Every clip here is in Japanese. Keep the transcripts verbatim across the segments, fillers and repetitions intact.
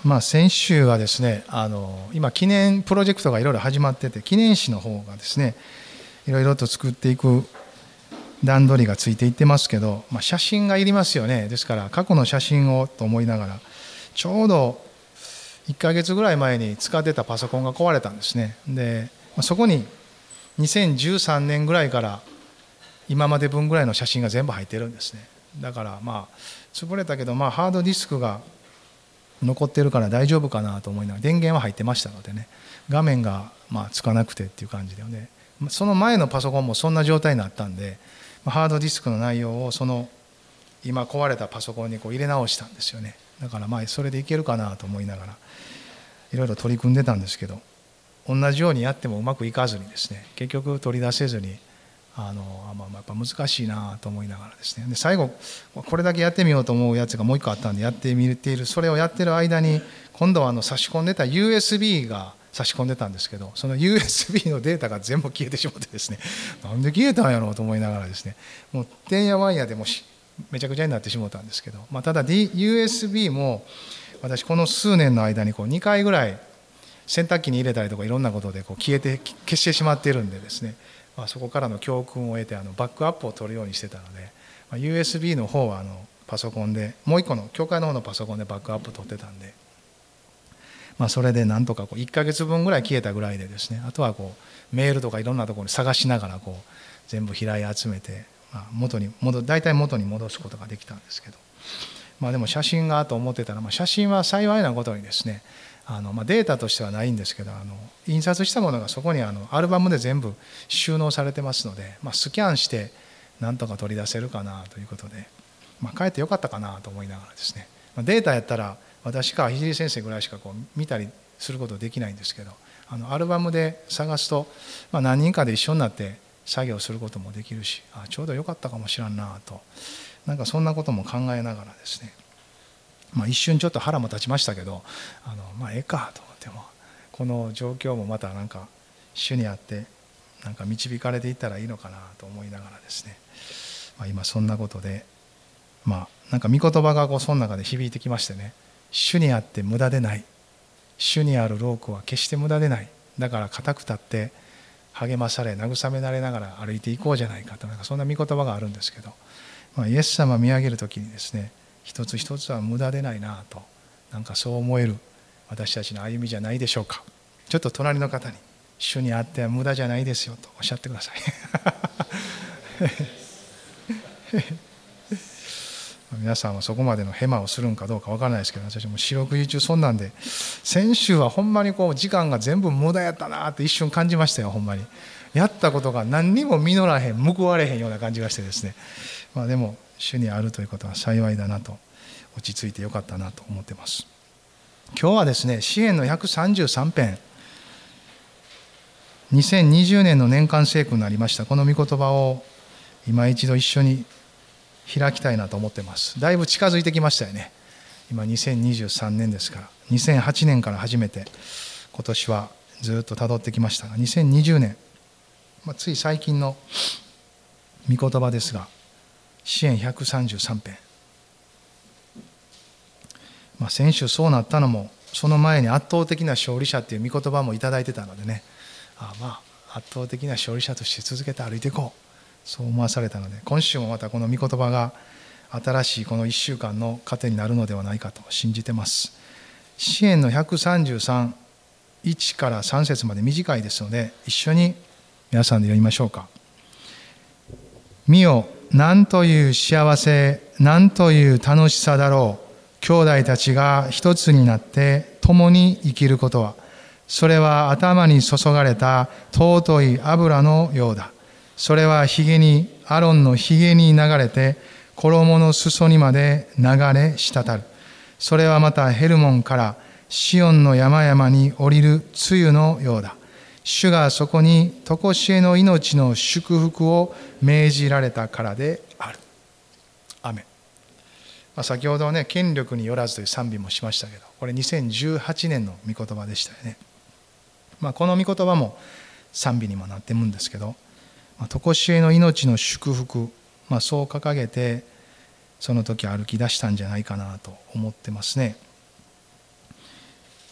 まあ、先週はですね、あの今記念プロジェクトがいろいろ始まってて、記念誌の方がですねいろいろと作っていく段取りがついていってますけど、まあ、写真がいりますよね。ですから過去の写真をと思いながら、ちょうどいっかげつぐらい前に使ってたパソコンが壊れたんですね。でそこににせんじゅうさんねんぐらいから今まで分ぐらいの写真が全部入ってるんですね。だからまあ潰れたけど、まあハードディスクが残ってるから大丈夫かなと思いながら、電源は入ってましたのでね、画面がまあつかなくてっていう感じでね、その前のパソコンもそんな状態になったんで、ハードディスクの内容をその今壊れたパソコンにこう入れ直したんですよね。だからまあそれでいけるかなと思いながらいろいろ取り組んでたんですけど、同じようにやってもうまくいかずにですね、結局取り出せずに、あのまあやっぱ難しいなと思いながらですね、で最後これだけやってみようと思うやつがもう一個あったんでやってみている。それをやってる間に今度はあの差し込んでた ユーエスビー が差し込んでたんですけど、その ユーエスビー のデータが全部消えてしまってですね、なんで消えたんやろうと思いながらですね、もうてんやわんやでもしめちゃくちゃになってしまったんですけど、まあ、ただ、D、ユーエスビー も私この数年の間にこうにかいぐらい洗濯機に入れたりとかいろんなことでこう消えて消してしまっているんでですね、まあ、そこからの教訓を得てあのバックアップを取るようにしてたので、まあ、ユーエスビー の方はあのパソコンでもう一個の教会の方のパソコンでバックアップ取ってたんで、まあ、それでなんとかこういっかげつぶんぐらい消えたぐらいでですね、あとはこうメールとかいろんなところに探しながらこう全部拾い集めて、まあ、元に戻大体元に戻すことができたんですけど、まあ、でも写真がと思ってたら、まあ、写真は幸いなことにですね、あのまあデータとしてはないんですけど、あの印刷したものがそこにあのアルバムで全部収納されてますので、まあ、スキャンしてなんとか取り出せるかなということで、まあ、かえってよかったかなと思いながらですね、まあ、データやったら私か聖先生ぐらいしかこう見たりすることできないんですけど、あのアルバムで探すと、まあ、何人かで一緒になって作業することもできるし、あちょうどよかったかもしらんなと、なんかそんなことも考えながらですね、まあ、一瞬ちょっと腹も立ちましたけど、あのまあええかと思っても、この状況もまたなんか主にあってなんか導かれていったらいいのかなと思いながらですね、まあ、今そんなことで、まあなんか御言葉がこうその中で響いてきましてね、主にあって無駄でない、主にある労苦は決して無駄でない、だから固く立って励まされ慰められながら歩いていこうじゃないかと、なんかそんな御言葉があるんですけど、まあ、イエス様を見上げるときにですね、一つ一つは無駄でないなと、なんかそう思える私たちの歩みじゃないでしょうか。ちょっと隣の方に、主にあっては無駄じゃないですよとおっしゃってください皆さんはそこまでのヘマをするんかどうかわからないですけど、私も四六時中そんなんで、先週はほんまにこう時間が全部無駄やったなって一瞬感じましたよ。ほんまにやったことが何にも実らへん、報われへんような感じがしてですね、まあ、でも主にあるということは幸いだなと、落ち着いてよかったなと思ってます。今日はですね、詩編のひゃくさんじゅうさん編、にせんにじゅうねんの年間聖句になりました。この御言葉を今一度一緒に開きたいなと思ってます。だいぶ近づいてきましたよね。今にせんにじゅうさんねんですから、にせんはちねんから始めて今年はずっとたどってきましたが、にせんにじゅうねん、まあ、つい最近の御言葉ですが、詩編ひゃくさんじゅうさん編、まあ、先週そうなったのもその前に圧倒的な勝利者っていう御言葉もいただいてたのでね、ああまあ圧倒的な勝利者として続けて歩いていこう、そう思わされたので、今週もまたこの御言葉が新しいこのいっしゅうかんの糧になるのではないかと信じてます。詩編のひゃくさんじゅうさん、いちからさん節まで短いですので、一緒に皆さんで読みましょうか。見よ、なんという幸せ、なんという楽しさだろう。兄弟たちが一つになって共に生きることは、それは頭に注がれた尊い油のようだ。それはひげに、アロンのひげに流れて、衣の裾にまで流れ滴る。それはまたヘルモンからシオンの山々に降りる露のようだ。主がそこに常しえの命の祝福を命じられたからである。アメン。まあ、先ほどね、権力によらずという賛美もしましたけど、これにせんじゅうはちねんの御言葉でしたよね。まあ、この御言葉も賛美にもなってるんですけど、まあ、常しえの命の祝福、まあ、そう掲げてその時歩き出したんじゃないかなと思ってますね。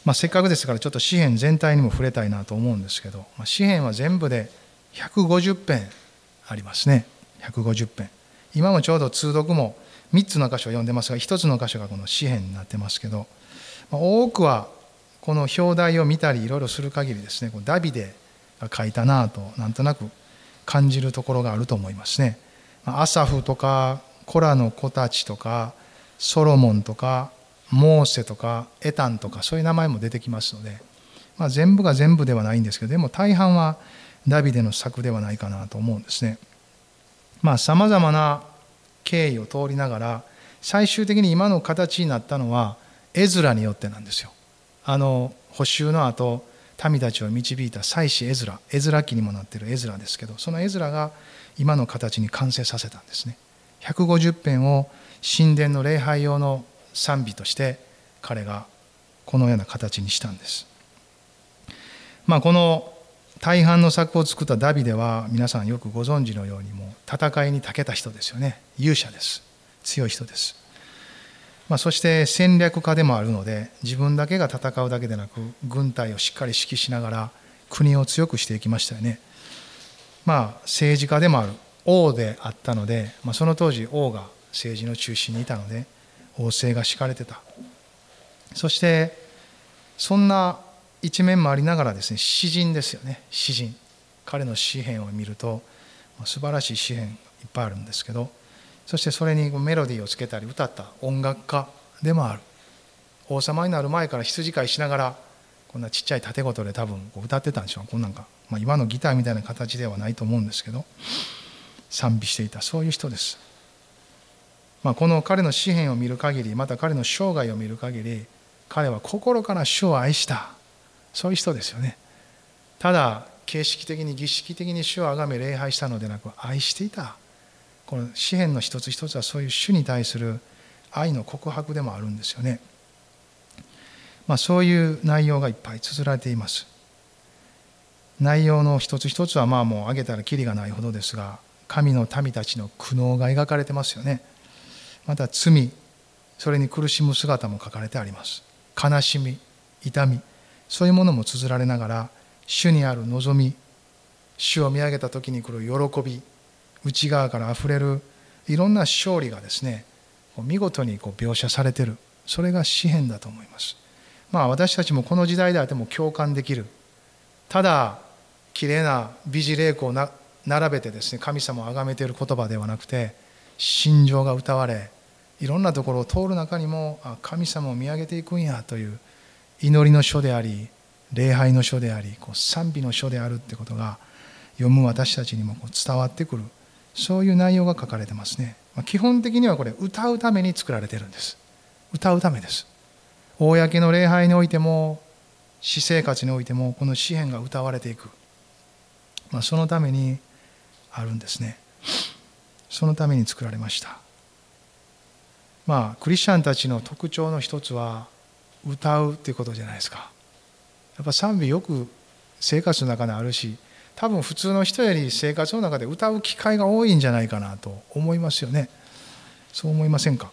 まあ、せっかくですからちょっと詩編全体にも触れたいなと思うんですけど、まあ、詩編は全部でひゃくごじゅっぺんありますね。ひゃくごじゅっぺん。今もちょうど通読もみっつの箇所を読んでますが、ひとつの箇所がこの詩編になってますけど、まあ、多くはこの表題を見たりいろいろする限りですね、ダビデが書いたなとなんとなく感じるところがあると思いますね。アサフとかコラの子たちとかソロモンとかモーセとかエタンとかそういう名前も出てきますので、まあ、全部が全部ではないんですけど、でも大半はダビデの作ではないかなと思うんですね。まあさまざまな経緯を通りながら最終的に今の形になったのはエズラによってなんですよ。あの捕囚の後民たちを導いた祭司エズラ、エズラ記にもなっているエズラですけど、そのエズラが今の形に完成させたんですね。ひゃくごじゅっぺんを神殿の礼拝用の賛美として彼がこのような形にしたんです。まあこの大半の作を作ったダビデは皆さんよくご存知のようにもう戦いに長けた人ですよね。勇者です。強い人です。まあ、そして戦略家でもあるので、自分だけが戦うだけでなく軍隊をしっかり指揮しながら国を強くしていきましたよね。まあ政治家でもある王であったので、まあ、その当時王が政治の中心にいたので王政が敷かれてた。そしてそんな一面もありながらですね、詩人ですよね。詩人、彼の詩篇を見ると素晴らしい詩篇いっぱいあるんですけど、そしてそれにメロディーをつけたり歌った音楽家でもある。王様になる前から羊飼いしながらこんなちっちゃい縦琴で多分歌ってたんでしょう。こんなんか、まあ、今のギターみたいな形ではないと思うんですけど、賛美していた、そういう人です。まあ、この彼の詩篇を見る限り、また彼の生涯を見る限り、彼は心から主を愛した、そういう人ですよね。ただ形式的に儀式的に主を崇め礼拝したのでなく、愛していた。この詩篇の一つ一つはそういう主に対する愛の告白でもあるんですよね。まあ、そういう内容がいっぱい綴られています。内容の一つ一つはまあもう挙げたらきりがないほどですが、神の民たちの苦悩が描かれてますよね。また罪、それに苦しむ姿も書かれてあります。悲しみ、痛み、そういうものも綴られながら、主にある望み、主を見上げた時に来る喜び、内側からあふれるいろんな勝利がですね、見事にこう描写されている。それが詩篇だと思います。まあ私たちもこの時代であっても共感できる。ただきれいな美辞麗句をな並べてですね、神様を崇めている言葉ではなくて、心情が歌われ、いろんなところを通る中にも、あ、神様を見上げていくんやという祈りの書であり、礼拝の書であり、こう賛美の書であるってことが読む私たちにもこう伝わってくる。そういう内容が書かれてますね。基本的にはこれ歌うために作られているんです。歌うためです。公の礼拝においても私生活においてもこの詩篇が歌われていく、まあ、そのためにあるんですね。そのために作られました。まあクリスチャンたちの特徴の一つは歌うっていうことじゃないですか。やっぱ賛美よく生活の中にあるし、多分普通の人より生活の中で歌う機会が多いんじゃないかなと思いますよね。そう思いませんか。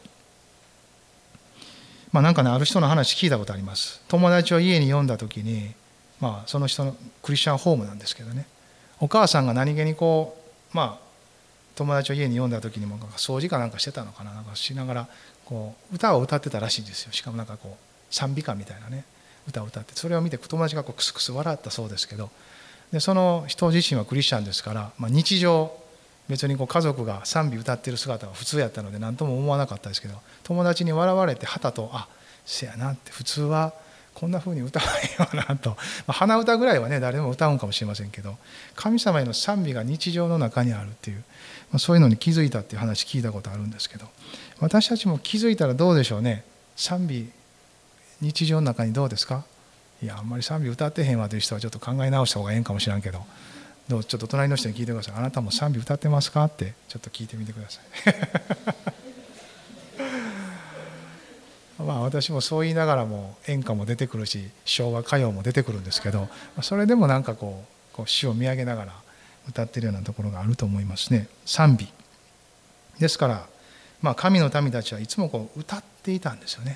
まあなんかね、ある人の話聞いたことあります。友達を家に呼んだ時に、まあその人のクリスチャンホームなんですけどね、お母さんが何気にこう、まあ友達を家に呼んだ時にもなんか掃除かなんかしてたのかな、なんかしながらこう歌を歌ってたらしいんですよ。しかもなんかこう賛美歌みたいなね歌を歌って、それを見て友達がこうクスクス笑ったそうですけど、でその人自身はクリスチャンですから、まあ、日常別にこう家族が賛美歌ってる姿は普通やったので何とも思わなかったですけど、友達に笑われてはたと、あ、せやなって、普通はこんな風に歌わへんわなと、まあ、鼻歌ぐらいはね誰でも歌うんかもしれませんけど、神様への賛美が日常の中にあるっていう、まあ、そういうのに気づいたっていう話聞いたことあるんですけど、私たちも気づいたらどうでしょうね。賛美日常の中にどうですか。いや、あんまり賛美歌ってへんわという人はちょっと考え直した方がええんかもしれんけど、どうちょっと隣の人に聞いてください。あなたも賛美歌ってますかってちょっと聞いてみてくださいまあ私もそう言いながらも演歌も出てくるし昭和歌謡も出てくるんですけど、それでもなんかこう、こう主を見上げながら歌ってるようなところがあると思いますね。賛美ですから、まあ、神の民たちはいつもこう歌っていたんですよね。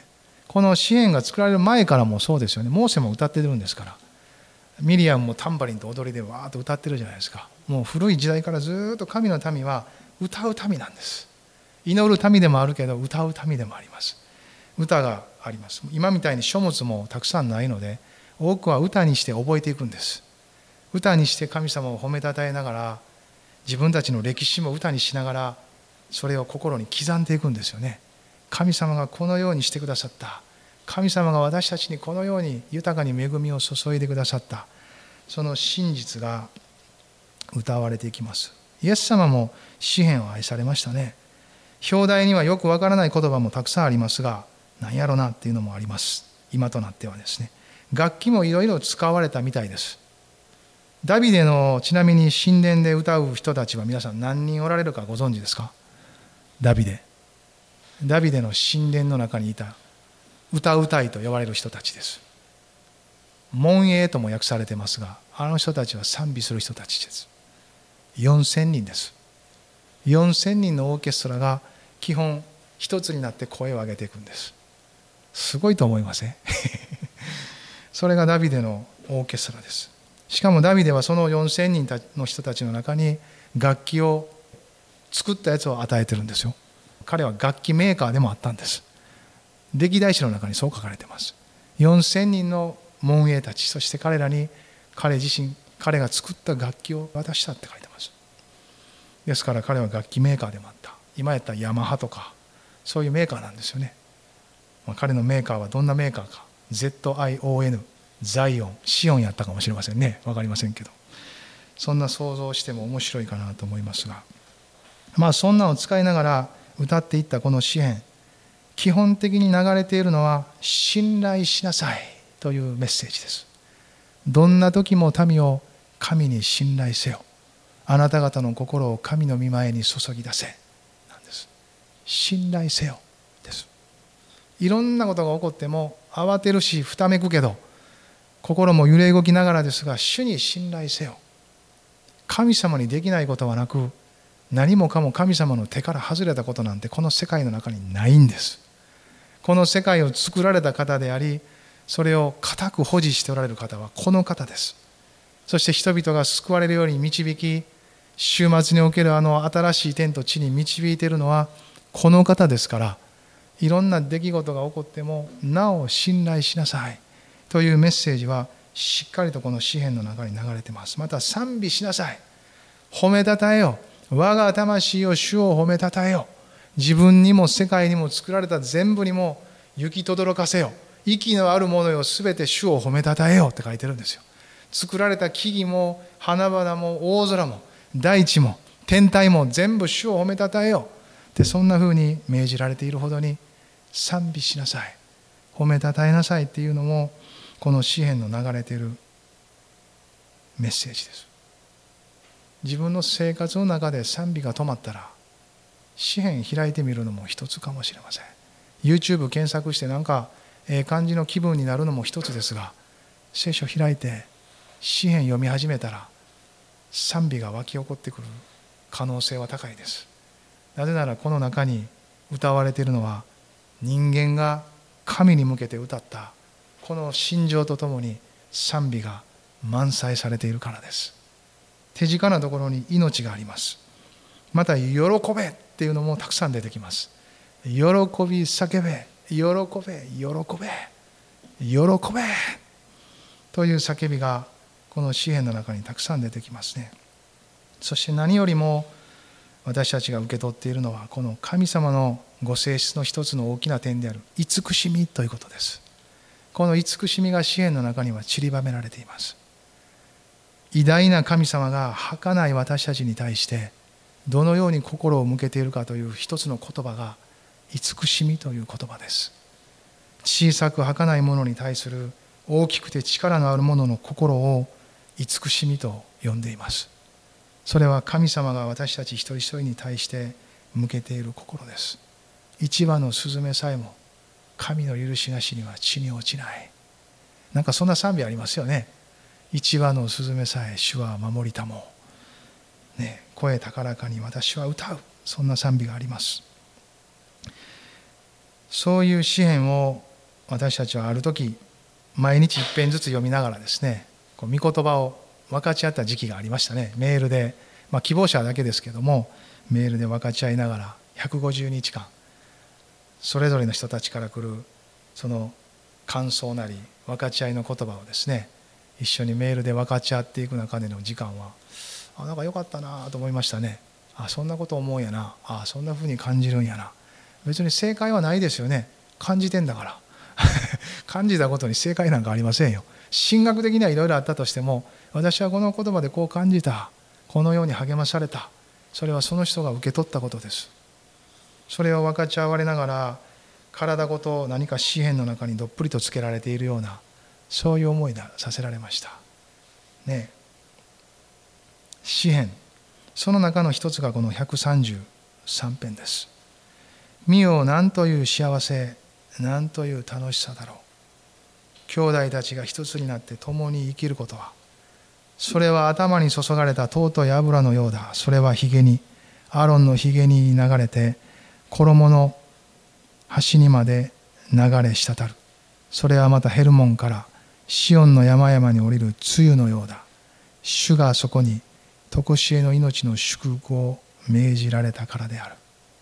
この詩篇が作られる前からもそうですよね。モーセも歌ってるんですから。ミリアムもタンバリンと踊りでわーっと歌ってるじゃないですか。もう古い時代からずっと神の民は歌う民なんです。祈る民でもあるけど歌う民でもあります。歌があります。今みたいに書物もたくさんないので、多くは歌にして覚えていくんです。歌にして神様を褒めたたえながら、自分たちの歴史も歌にしながら、それを心に刻んでいくんですよね。神様がこのようにしてくださった。神様が私たちにこのように豊かに恵みを注いでくださった。その真実が歌われていきます。イエス様も詩篇を愛されましたね。表題にはよくわからない言葉もたくさんありますが、何やろなっていうのもあります。今となってはですね。楽器もいろいろ使われたみたいです。ダビデのちなみに神殿で歌う人たちは皆さん何人おられるかご存知ですか？ダビデ。ダビデの神殿の中にいた歌うたいと呼ばれる人たちです。門営とも訳されてますが、あの人たちは賛美する人たちです。よんせんにんです。よんせんにんのオーケストラが基本一つになって声を上げていくんです。すごいと思いません？それがダビデのオーケストラです。しかもダビデはそのよんせんにんの人たちの中に楽器を作ったやつを与えてるんですよ。彼は楽器メーカーでもあったんです。歴代史の中にそう書かれています。よんせんにんの門営たち、そして彼らに彼自身、彼が作った楽器を渡したって書いてます。ですから彼は楽器メーカーでもあった。今やったらヤマハとかそういうメーカーなんですよね。まあ、彼のメーカーはどんなメーカーか、 ゼットアイオーエヌ、 ザイオン、シオンやったかもしれませんね。わかりませんけど、そんな想像しても面白いかなと思いますが、まあそんなのを使いながら歌っていったこの詩篇、基本的に流れているのは信頼しなさいというメッセージです。どんな時も民を神に信頼せよ。あなた方の心を神の御前に注ぎ出せ。なんです。信頼せよです。いろんなことが起こっても慌てるしふためくけど、心も揺れ動きながらですが、主に信頼せよ。神様にできないことはなく、何もかも神様の手から外れたことなんてこの世界の中にないんです。この世界を作られた方であり、それを固く保持しておられる方はこの方です。そして人々が救われるように導き、週末におけるあの新しい天と地に導いているのはこの方ですから、いろんな出来事が起こってもなお信頼しなさいというメッセージはしっかりとこの詩篇の中に流れています。また賛美しなさい。褒めたたえよ。我が魂を主を褒めたたえよ。自分にも世界にも作られた全部にも行き轟かせよ。息のあるものよすべて主を褒めたたえよって書いてるんですよ。作られた木々も花々も大空も大地も天体も全部主を褒めたたえよってそんな風に命じられているほどに賛美しなさい。褒めたたえなさいっていうのもこの詩篇の流れているメッセージです。自分の生活の中で賛美が止まったら詩篇開いてみるのも一つかもしれません。 YouTube 検索してなんかええ感じの気分になるのも一つですが、聖書開いて詩篇読み始めたら賛美が湧き起こってくる可能性は高いです。なぜならこの中に歌われているのは人間が神に向けて歌ったこの心情とともに賛美が満載されているからです。手近なところに命があります。また喜べっていうのもたくさん出てきます。喜び叫べ、喜べ、喜べ、喜べという叫びがこの詩篇の中にたくさん出てきますね。そして何よりも私たちが受け取っているのはこの神様のご性質の一つの大きな点である慈しみということです。この慈しみが詩篇の中には散りばめられています。偉大な神様が儚い私たちに対してどのように心を向けているかという一つの言葉が慈しみという言葉です。小さく儚いものに対する大きくて力のあるものの心を慈しみと呼んでいます。それは神様が私たち一人一人に対して向けている心です。一羽のスズメさえも神の許しなしには地に落ちない。なんかそんな賛美ありますよね。一羽のスズメさえ主は守りたもう、ね、声高らかに私は歌う、そんな賛美があります。そういう詩篇を私たちはある時毎日一遍ずつ読みながらですね、こう御言葉を分かち合った時期がありましたね。メールで、まあ、希望者だけですけどもメールで分かち合いながらひゃくごじゅうにちかんそれぞれの人たちから来るその感想なり分かち合いの言葉をですね一緒にメールで分かち合っていく中での時間はあなんか良かったなと思いましたね。あそんなこと思うんやな、あそんなふうに感じるんやな。別に正解はないですよね。感じてんだから感じたことに正解なんかありませんよ。神学的にはいろいろあったとしても私はこの言葉でこう感じた、このように励まされた、それはその人が受け取ったことです。それを分かち合われながら体ごと何か詩篇の中にどっぷりとつけられているようなそういう思いがさせられましたね。詩篇その中の一つがこのひゃくさんじゅうさん編です。見よなんという幸せ、なんという楽しさだろう。兄弟たちが一つになって共に生きることは、それは頭に注がれた尊い油のようだ。それはひげに、アロンのひげに流れて衣の端にまで流れ滴る。それはまたヘルモンからシオンの山々に降りる露のようだ。主がそこに常しえの命の祝福を命じられたからである。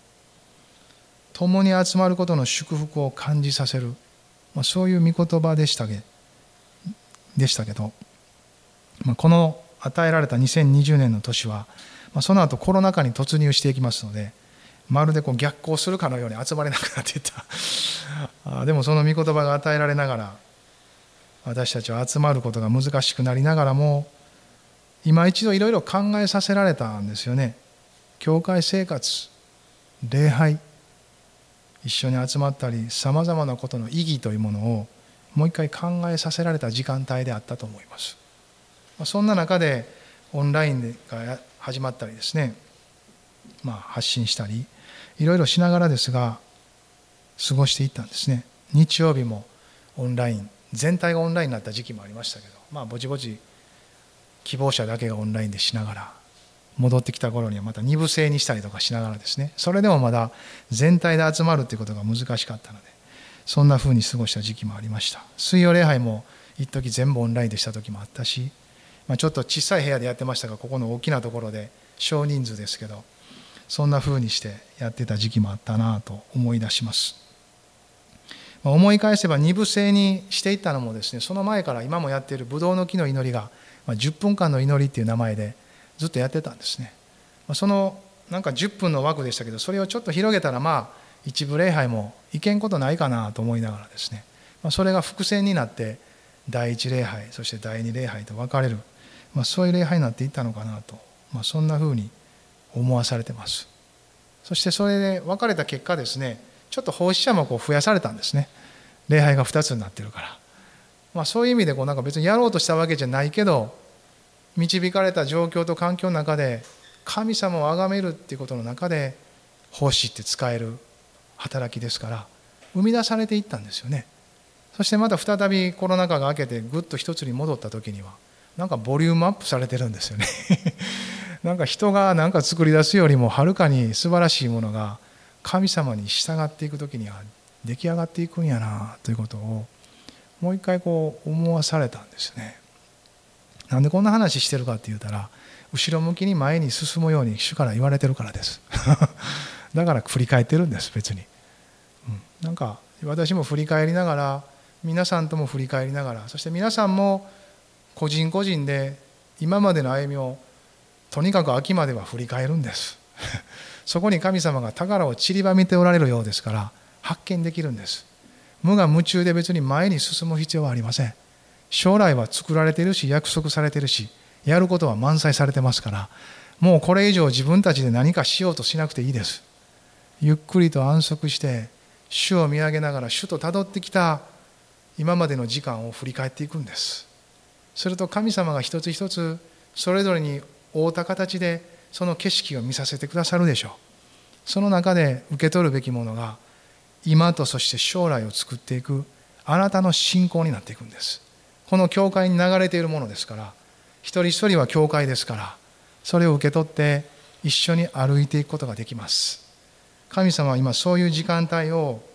共に集まることの祝福を感じさせる、まあ、そういう御言葉でしたけでしたけど、まあ、この与えられたにせんにじゅうねんの年は、まあ、その後コロナ禍に突入していきますので、まるでこう逆行するかのように集まれなくなっていったあでもその御言葉が与えられながら私たちは集まることが難しくなりながらも今一度いろいろ考えさせられたんですよね。教会生活、礼拝、一緒に集まったりさまざまなことの意義というものをもう一回考えさせられた時間帯であったと思います。そんな中でオンラインが始まったりですね、まあ、発信したりいろいろしながらですが過ごしていったんですね。日曜日もオンライン、全体がオンラインになった時期もありましたけど、まあぼちぼち希望者だけがオンラインでしながら戻ってきた頃にはまた二部制にしたりとかしながらですね、それでもまだ全体で集まるということが難しかったのでそんなふうに過ごした時期もありました。水曜礼拝も一時全部オンラインでした時もあったし、まあ、ちょっと小さい部屋でやってましたがここの大きなところで少人数ですけどそんなふうにしてやってた時期もあったなと思い出します。まあ、思い返せば二部制にしていったのもですね、その前から今もやっているブドウの木の祈りがじゅっぷんかんの祈りっていう名前でずっとやってたんですね。そのなんかじゅっぷんの枠でしたけどそれをちょっと広げたらまあ一部礼拝もいけんことないかなと思いながらですね、それが伏線になって第一礼拝そして第二礼拝と分かれる、まあ、そういう礼拝になっていったのかなと、まあ、そんなふうに思わされてます。そしてそれで分かれた結果ですね、ちょっと奉仕者もこう増やされたんですね。礼拝がふたつになってるから、まあ、そういう意味でこうなんか別にやろうとしたわけじゃないけど導かれた状況と環境の中で神様を崇めるっていうことの中で奉仕って使える働きですから生み出されていったんですよね。そしてまた再びコロナ禍が明けてぐっと一つに戻った時にはなんかボリュームアップされてるんですよねなんか人がなんか作り出すよりもはるかに素晴らしいものが神様に従っていく時には出来上がっていくんやなということをもう一回こう思わされたんですね。なんでこんな話してるかって言ったら後ろ向きに前に進むように主から言われてるからですだから振り返ってるんです別に、うん、なんか私も振り返りながら皆さんとも振り返りながらそして皆さんも個人個人で今までの歩みをとにかく秋までは振り返るんですそこに神様が宝を散りばめておられるようですから発見できるんです。無我夢中で別に前に進む必要はありません。将来は作られているし約束されているしやることは満載されてますからもうこれ以上自分たちで何かしようとしなくていいです。ゆっくりと安息して主を見上げながら主とたどってきた今までの時間を振り返っていくんです。すると神様が一つ一つそれぞれに応った形でその景色を見させてくださるでしょう。その中で受け取るべきものが今とそして将来を作っていくあなたの信仰になっていくんです。この教会に流れているものですから一人一人は教会ですからそれを受け取って一緒に歩いていくことができます。神様は今そういう時間帯を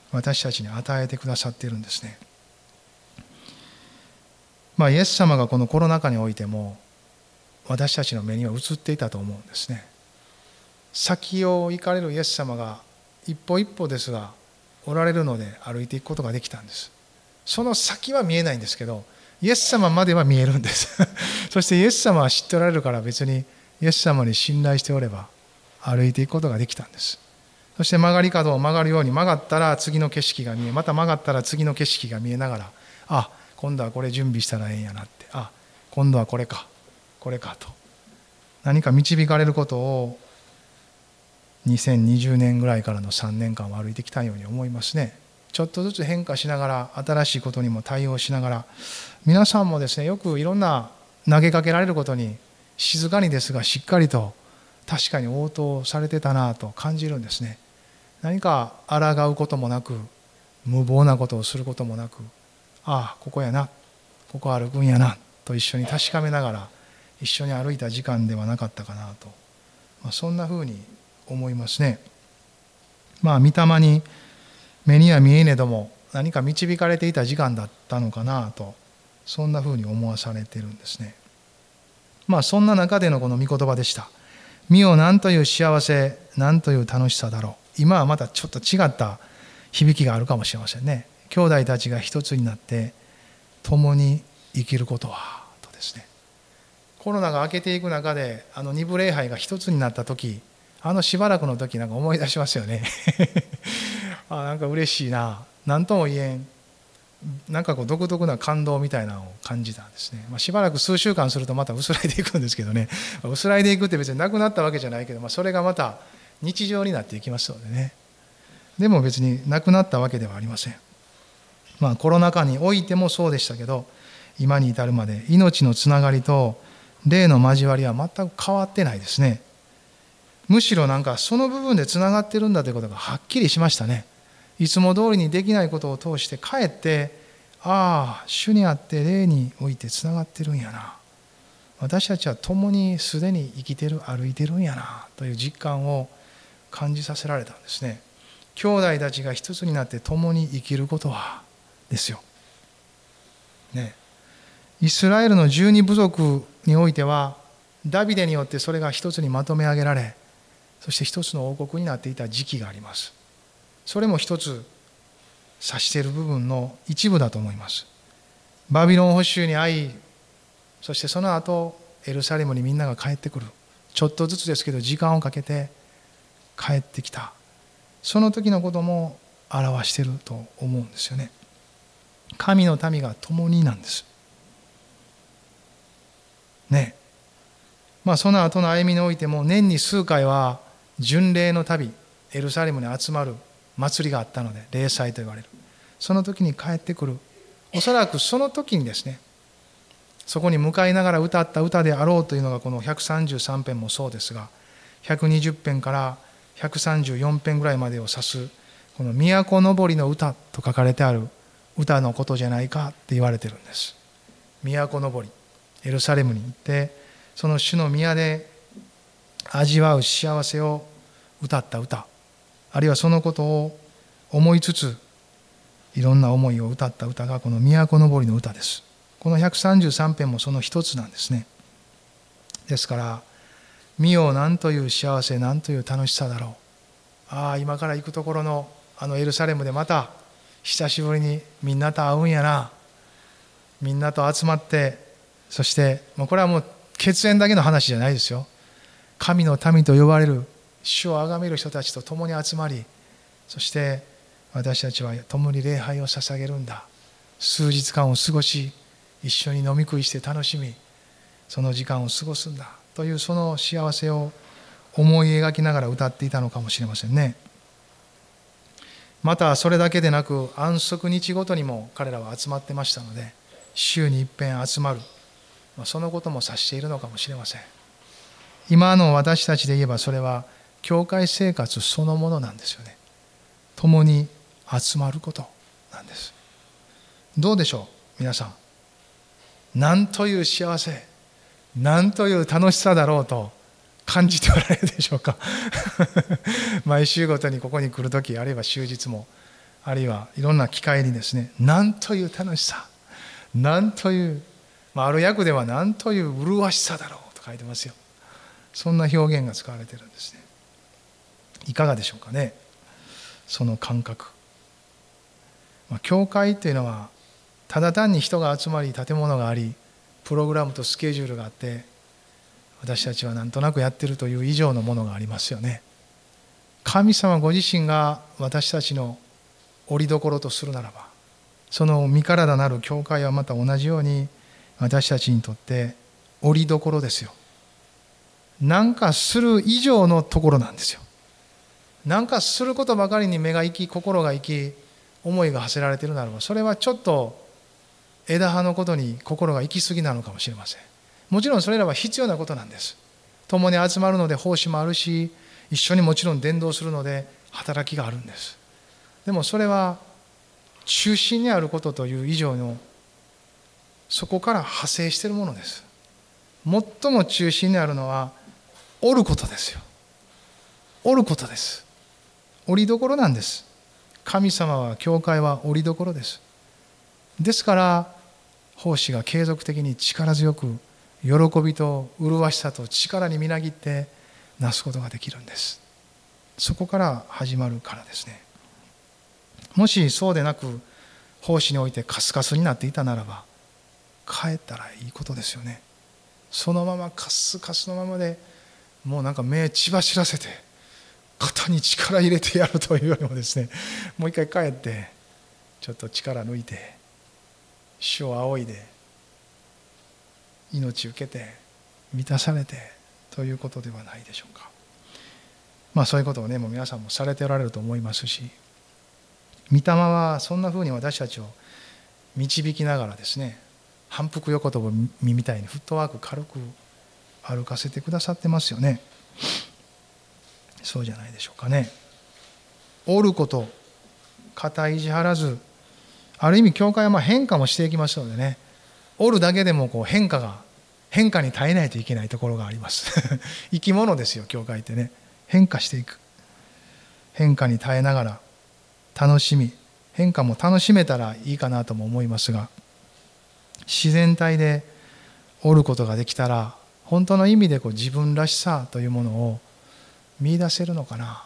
私たちに与えてくださっているんですね。まあイエス様がこのコロナ禍においても私たちの目には映っていたと思うんですね。先を行かれるイエス様が一歩一歩ですがおられるので歩いていくことができたんです。その先は見えないんですけど、イエス様までは見えるんですそしてイエス様は知っておられるから、別にイエス様に信頼しておれば歩いていくことができたんです。そして曲がり角を曲がるように、曲がったら次の景色が見え、また曲がったら次の景色が見えながら、あ、今度はこれ準備したらええんやなって、あ、今度はこれかこれかと何か導かれることをにせんにじゅうねんぐらいからのさんねんかんは歩いてきたように思いますね。ちょっとずつ変化しながら、新しいことにも対応しながら、皆さんもですね、よくいろんな投げかけられることに静かにですがしっかりと確かに応答されてたなと感じるんですね。何か抗うこともなく、無謀なことをすることもなく、ああここやな、ここ歩くんやなと一緒に確かめながら一緒に歩いた時間ではなかったかなと、まあ、そんなふうに思いますね。まあ御霊に目には見えねども何か導かれていた時間だったのかなと、そんなふうに思わされているんですね。まあそんな中でのこの御言葉でした。見よ、なんという幸せ、なんという楽しさだろう。今はまたちょっと違った響きがあるかもしれませんね。兄弟たちが一つになって共に生きることはとですね。コロナが明けていく中で、あの二部礼拝が一つになった時、あのしばらくの時なんか思い出しますよねあ、なんか嬉しいな、何とも言えん、なんかこう独特な感動みたいなのを感じたんですね。まあ、しばらく数週間するとまた薄らいでいくんですけどね、薄らいでいくって別になくなったわけじゃないけど、まあ、それがまた日常になっていきますのでね。でも別になくなったわけではありません。まあコロナ禍においてもそうでしたけど、今に至るまで命のつながりと霊の交わりは全く変わってないですね。むしろなんかその部分でつながってるんだということがはっきりしましたね。いつも通りにできないことを通してかえって、ああ主にあって霊においてつながってるんやな、私たちは共にすでに生きてる、歩いてるんやなという実感を感じさせられたんですね。兄弟たちが一つになって共に生きることはですよ、ね、イスラエルの十二部族においてはダビデによってそれが一つにまとめ上げられ、そして一つの王国になっていた時期があります。それも一つ指している部分の一部だと思います。バビロン捕囚に遭い、そしてその後エルサレムにみんなが帰ってくる、ちょっとずつですけど時間をかけて帰ってきた、その時のことも表していると思うんですよね。神の民が共になんですね。まあその後の歩みにおいても年に数回は巡礼の旅、エルサレムに集まる祭りがあったので、礼祭と言われる、その時に帰ってくる。おそらくその時にですね、そこに向かいながら歌った歌であろうというのがこのひゃくさんじゅうさん編もそうですが、ひゃくにじゅう編からひゃくさんじゅうよん編ぐらいまでを指すこの都のぼりの歌と書かれてある歌のことじゃないかって言われてるんです。都のぼり、エルサレムに行ってその主の宮で味わう幸せを歌った歌、あるいはそのことを思いつついろんな思いを歌った歌がこの都のぼりの歌です。このひゃくさんじゅうさん編もその一つなんですね。ですから見よ、なんという幸せ、なんという楽しさだろう。ああ今から行くところのあのエルサレムでまた久しぶりにみんなと会うんやな、みんなと集まって、そしてもうこれはもう血縁だけの話じゃないですよ。神の民と呼ばれる主を崇める人たちと共に集まり、そして私たちは共に礼拝を捧げるんだ、数日間を過ごし一緒に飲み食いして楽しみ、その時間を過ごすんだというその幸せを思い描きながら歌っていたのかもしれませんね。またそれだけでなく安息日ごとにも彼らは集まってましたので、週に一遍集まる、そのことも指しているのかもしれません。今の私たちで言えばそれは教会生活そのものなんですよね。共に集まることなんです。どうでしょう皆さん、なんという幸せ、なんという楽しさだろうと感じておられるでしょうか毎週ごとにここに来るとき、あるいは終日もあるいはいろんな機会にですね、なんという楽しさ、なんという、まあ、ある訳ではなんという麗しさだろうと書いてますよ。そんな表現が使われているんですね。いかがでしょうかね、その感覚。まあ、教会というのはただ単に人が集まり、建物があり、プログラムとスケジュールがあって、私たちはなんとなくやってるという以上のものがありますよね。神様ご自身が私たちの拠り所とするならば、その身体なる教会はまた同じように私たちにとって拠り所ですよ。なんかする以上のところなんですよ。なんかすることばかりに目が行き、心が行き、思いが馳せられているならば、それはちょっと枝葉のことに心が行き過ぎなのかもしれません。もちろんそれらは必要なことなんです。共に集まるので奉仕もあるし、一緒にもちろん伝道するので働きがあるんです。でもそれは中心にあることという以上の、そこから派生しているものです。最も中心にあるのはおることですよ。おることです。おりどころなんです。神様は、教会はおりどころです。ですから奉仕が継続的に力強く、喜びと麗しさと力にみなぎってなすことができるんです。そこから始まるからですね。もしそうでなく奉仕においてカスカスになっていたならば、帰ったらいいことですよね。そのままカスカスのままで、もうなんか目血走らせて肩に力入れてやるというよりもですね、もう一回帰ってちょっと力抜いて、主を仰いで命受けて満たされてということではないでしょうか。まあそういうことをね、もう皆さんもされておられると思いますし、御霊はそんなふうに私たちを導きながらですね、反復横跳びみたいにフットワーク軽く歩かせてくださってますよね。そうじゃないでしょうかね。おること、肩意地張らず、ある意味教会はまあ変化もしていきますのでね、おるだけでもこう変化が変化に耐えないといけないところがあります生き物ですよ、教会ってね。変化していく、変化に耐えながら楽しみ、変化も楽しめたらいいかなとも思いますが、自然体でおることができたら、本当の意味でこう自分らしさというものを見出せるのかな。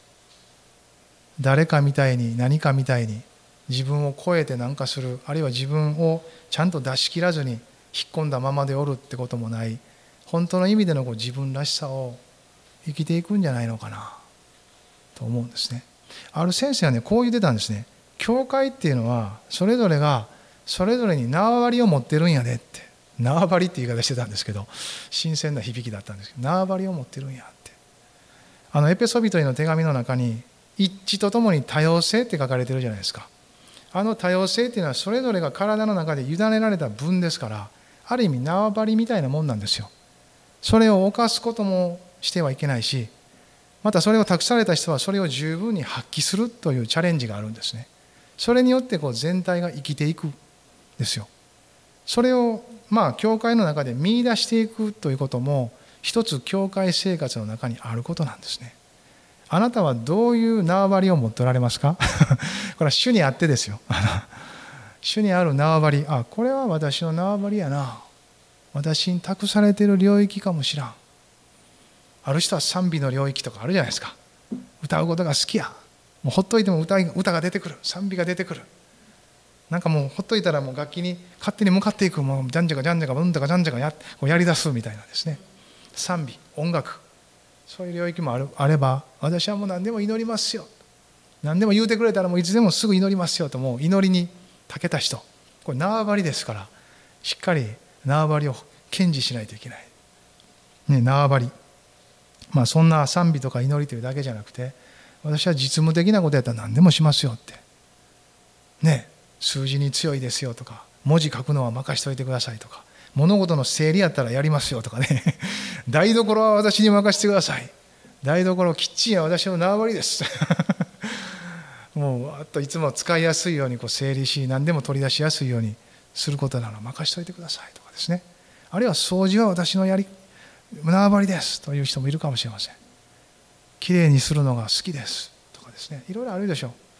誰かみたいに、何かみたいに自分を超えて何かする、あるいは自分をちゃんと出し切らずに引っ込んだままでおるってこともない、本当の意味でのこう自分らしさを生きていくんじゃないのかなと思うんですね。ある先生はね、こう言ってたんですね。教会っていうのはそれぞれがそれぞれに縄張りを持ってるんやでって。縄張りって言い方してたんですけど、新鮮な響きだったんですけど、縄張りを持ってるんやって。あのエペソビトへの手紙の中に、一致とともに多様性って書かれてるじゃないですか。あの多様性っていうのはそれぞれが体の中で委ねられた分ですから、ある意味縄張りみたいなもんなんですよ。それを犯すこともしてはいけないし、またそれを託された人はそれを十分に発揮するというチャレンジがあるんですね。それによってこう全体が生きていくんですよ。それをまあ教会の中で見出していくということも一つ教会生活の中にあることなんですね。あなたはどういう縄張りを持っておられますかこれは主にあってですよ主にある縄張り、あ、これは私の縄張りやな、私に託されている領域かもしらん。ある人は賛美の領域とかあるじゃないですか。歌うことが好きや、もうほっといても 歌, 歌が出てくる、賛美が出てくる、なんかもうほっといたらもう楽器に勝手に向かっていく、もうじゃんじゃかじゃんじゃかうんだかじゃんじゃか や, こうやり出すみたいなですね。賛美、音楽、そういう領域も あ, るあれば、私はもう何でも祈りますよ、何でも言うてくれたらもういつでもすぐ祈りますよと、もう祈りに長けた人、これ縄張りですから、しっかり縄張りを堅持しないといけない、ね、縄張り、まあそんな賛美とか祈りというだけじゃなくて、私は実務的なことやったら何でもしますよってね、数字に強いですよとか、文字書くのは任しといてくださいとか、物事の整理やったらやりますよとかね台所は私に任せてください、台所キッチンは私の縄張りですもうあといつも使いやすいようにこう整理し、何でも取り出しやすいようにすることなら任しといてくださいとかですね。あるいは掃除は私のやり縄張りですという人もいるかもしれません。きれいにするのが好きですとかですね、いろいろあるでしょう。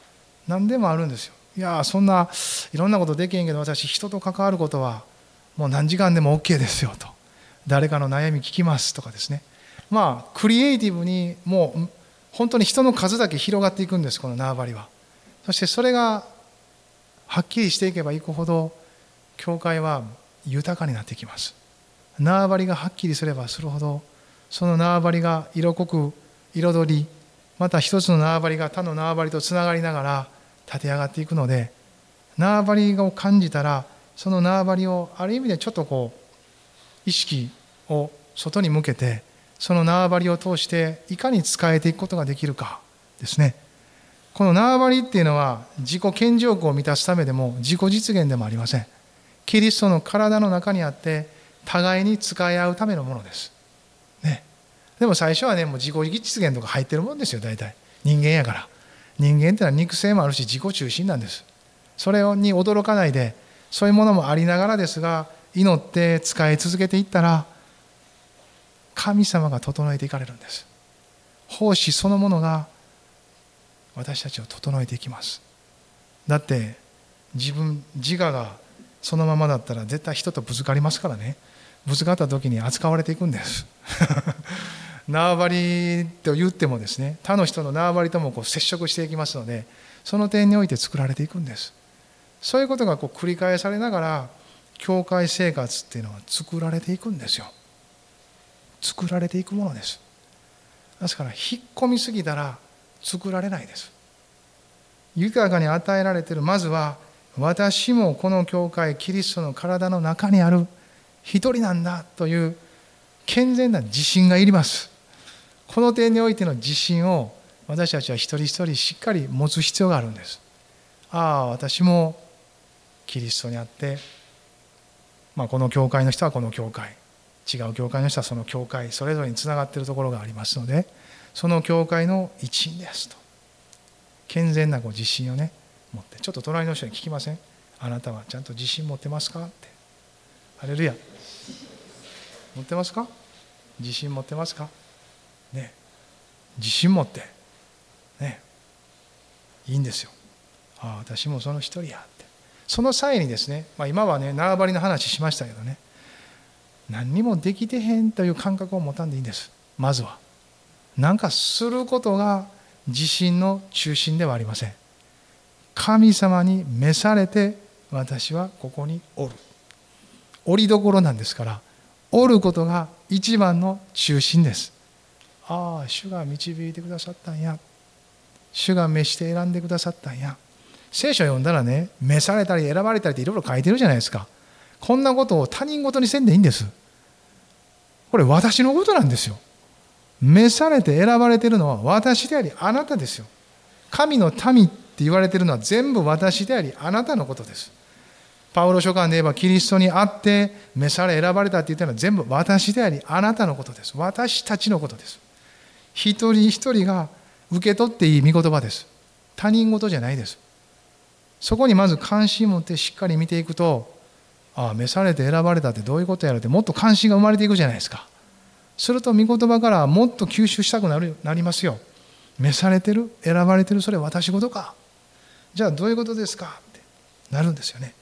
何でもあるんですよ。いやそんないろんなことできへんけど、私人と関わることはもう何時間でも OK ですよと、誰かの悩み聞きますとかですね、まあクリエイティブにもう本当に人の数だけ広がっていくんです、この縄張りは。そしてそれがはっきりしていけばいくほど教会は豊かになってきます。縄張りがはっきりすればするほど、その縄張りが色濃く彩り、また一つの縄張りが他の縄張りとつながりながら立て上がっていくので、縄張りを感じたらその縄張りをある意味でちょっとこう意識を外に向けて、その縄張りを通していかに使えていくことができるかですね。この縄張りっていうのは自己顕示欲を満たすためでも自己実現でもありません。キリストの体の中にあって互いに使い合うためのものです、ね、でも最初はね、もう自己実現とか入ってるもんですよ。大体人間やから。人間ってのは肉声もあるし自己中心なんです。それに驚かないで、そういうものもありながらですが、祈って使い続けていったら神様が整えていかれるんです。奉仕そのものが私たちを整えていきます。だって自分自我がそのままだったら絶対人とぶつかりますからね。ぶつかった時に扱われていくんです縄張りと言ってもですね、他の人の縄張りともこう接触していきますので、その点において作られていくんです。そういうことがこう繰り返されながら教会生活っていうのは作られていくんですよ。作られていくものです。ですから引っ込みすぎたら作られないです。豊かに与えられている、まずは私もこの教会キリストの体の中にある一人なんだという健全な自信がいります。この点においての自信を私たちは一人一人しっかり持つ必要があるんです。ああ、私もキリストにあって、まあ、この教会の人はこの教会、違う教会の人はその教会、それぞれにつながっているところがありますので、その教会の一員ですと健全なご自信をね持って、ちょっと隣の人に聞きません？あなたはちゃんと自信持ってますかって。ハレルヤ。持ってますか？自信持ってますかね。自信持ってね、いいんですよ。ああ、私もその一人やって。その際にですね、まあ、今はね縄張りの話しましたけどね、何にもできてへんという感覚を持たんでいいんです。まずは何かすることが自信の中心ではありません。神様に召されて私はここにおる、おりどころなんですから、おることが一番の中心です。ああ、主が導いてくださったんや、主が召して選んでくださったんや。聖書を読んだらね、召されたり選ばれたりっていろいろ書いてるじゃないですか。こんなことを他人事にせんでいいんです。これ私のことなんですよ。召されて選ばれているのは私でありあなたですよ。神の民って言われているのは全部私でありあなたのことです。パウロ書簡で言えばキリストにあって召され選ばれたって言ったのは全部私でありあなたのことです。私たちのことです。一人一人が受け取っていい御言葉です。他人事じゃないです。そこにまず関心を持ってしっかり見ていくと、ああ、召されて選ばれたってどういうことやろって、もっと関心が生まれていくじゃないですか。すると御言葉からもっと吸収したくなるなりますよ。召されてる、選ばれてる、それ私事か。じゃあどういうことですかってなるんですよね。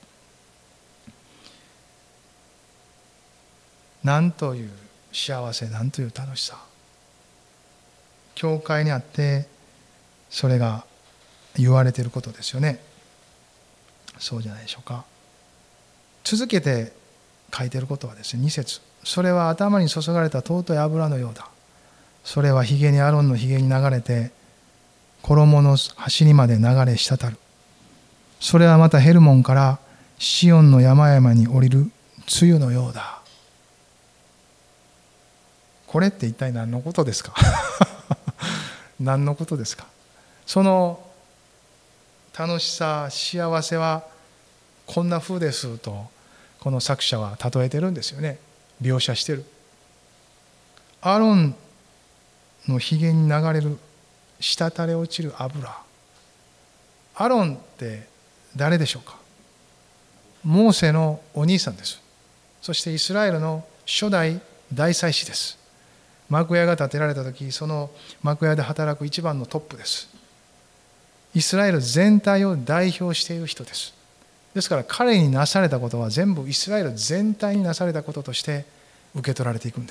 なんという幸せ、なんという楽しさ。教会にあってそれが言われていることですよね。そうじゃないでしょうか。続けて書いていることはですね、に節、それは頭に注がれた尊い油のようだ。それはひげにアロンのひげに流れて衣の端にまで流れ滴る。それはまたヘルモンからシオンの山々に降りる露のようだ。これって一体何のことですか何のことですか。その楽しさ、幸せはこんな風ですとこの作者は例えてるんですよね。描写してる。アロンのひげに流れる滴れ落ちる油。アロンって誰でしょうか。モーセのお兄さんです。そしてイスラエルの初代大祭司です。幕屋が建てられた時、その幕屋で働く一番のトップです。 イスラエル全体を代表している人です。ですから彼になされたことは全部イスラエル全体になされたこととして受け取られていくんです。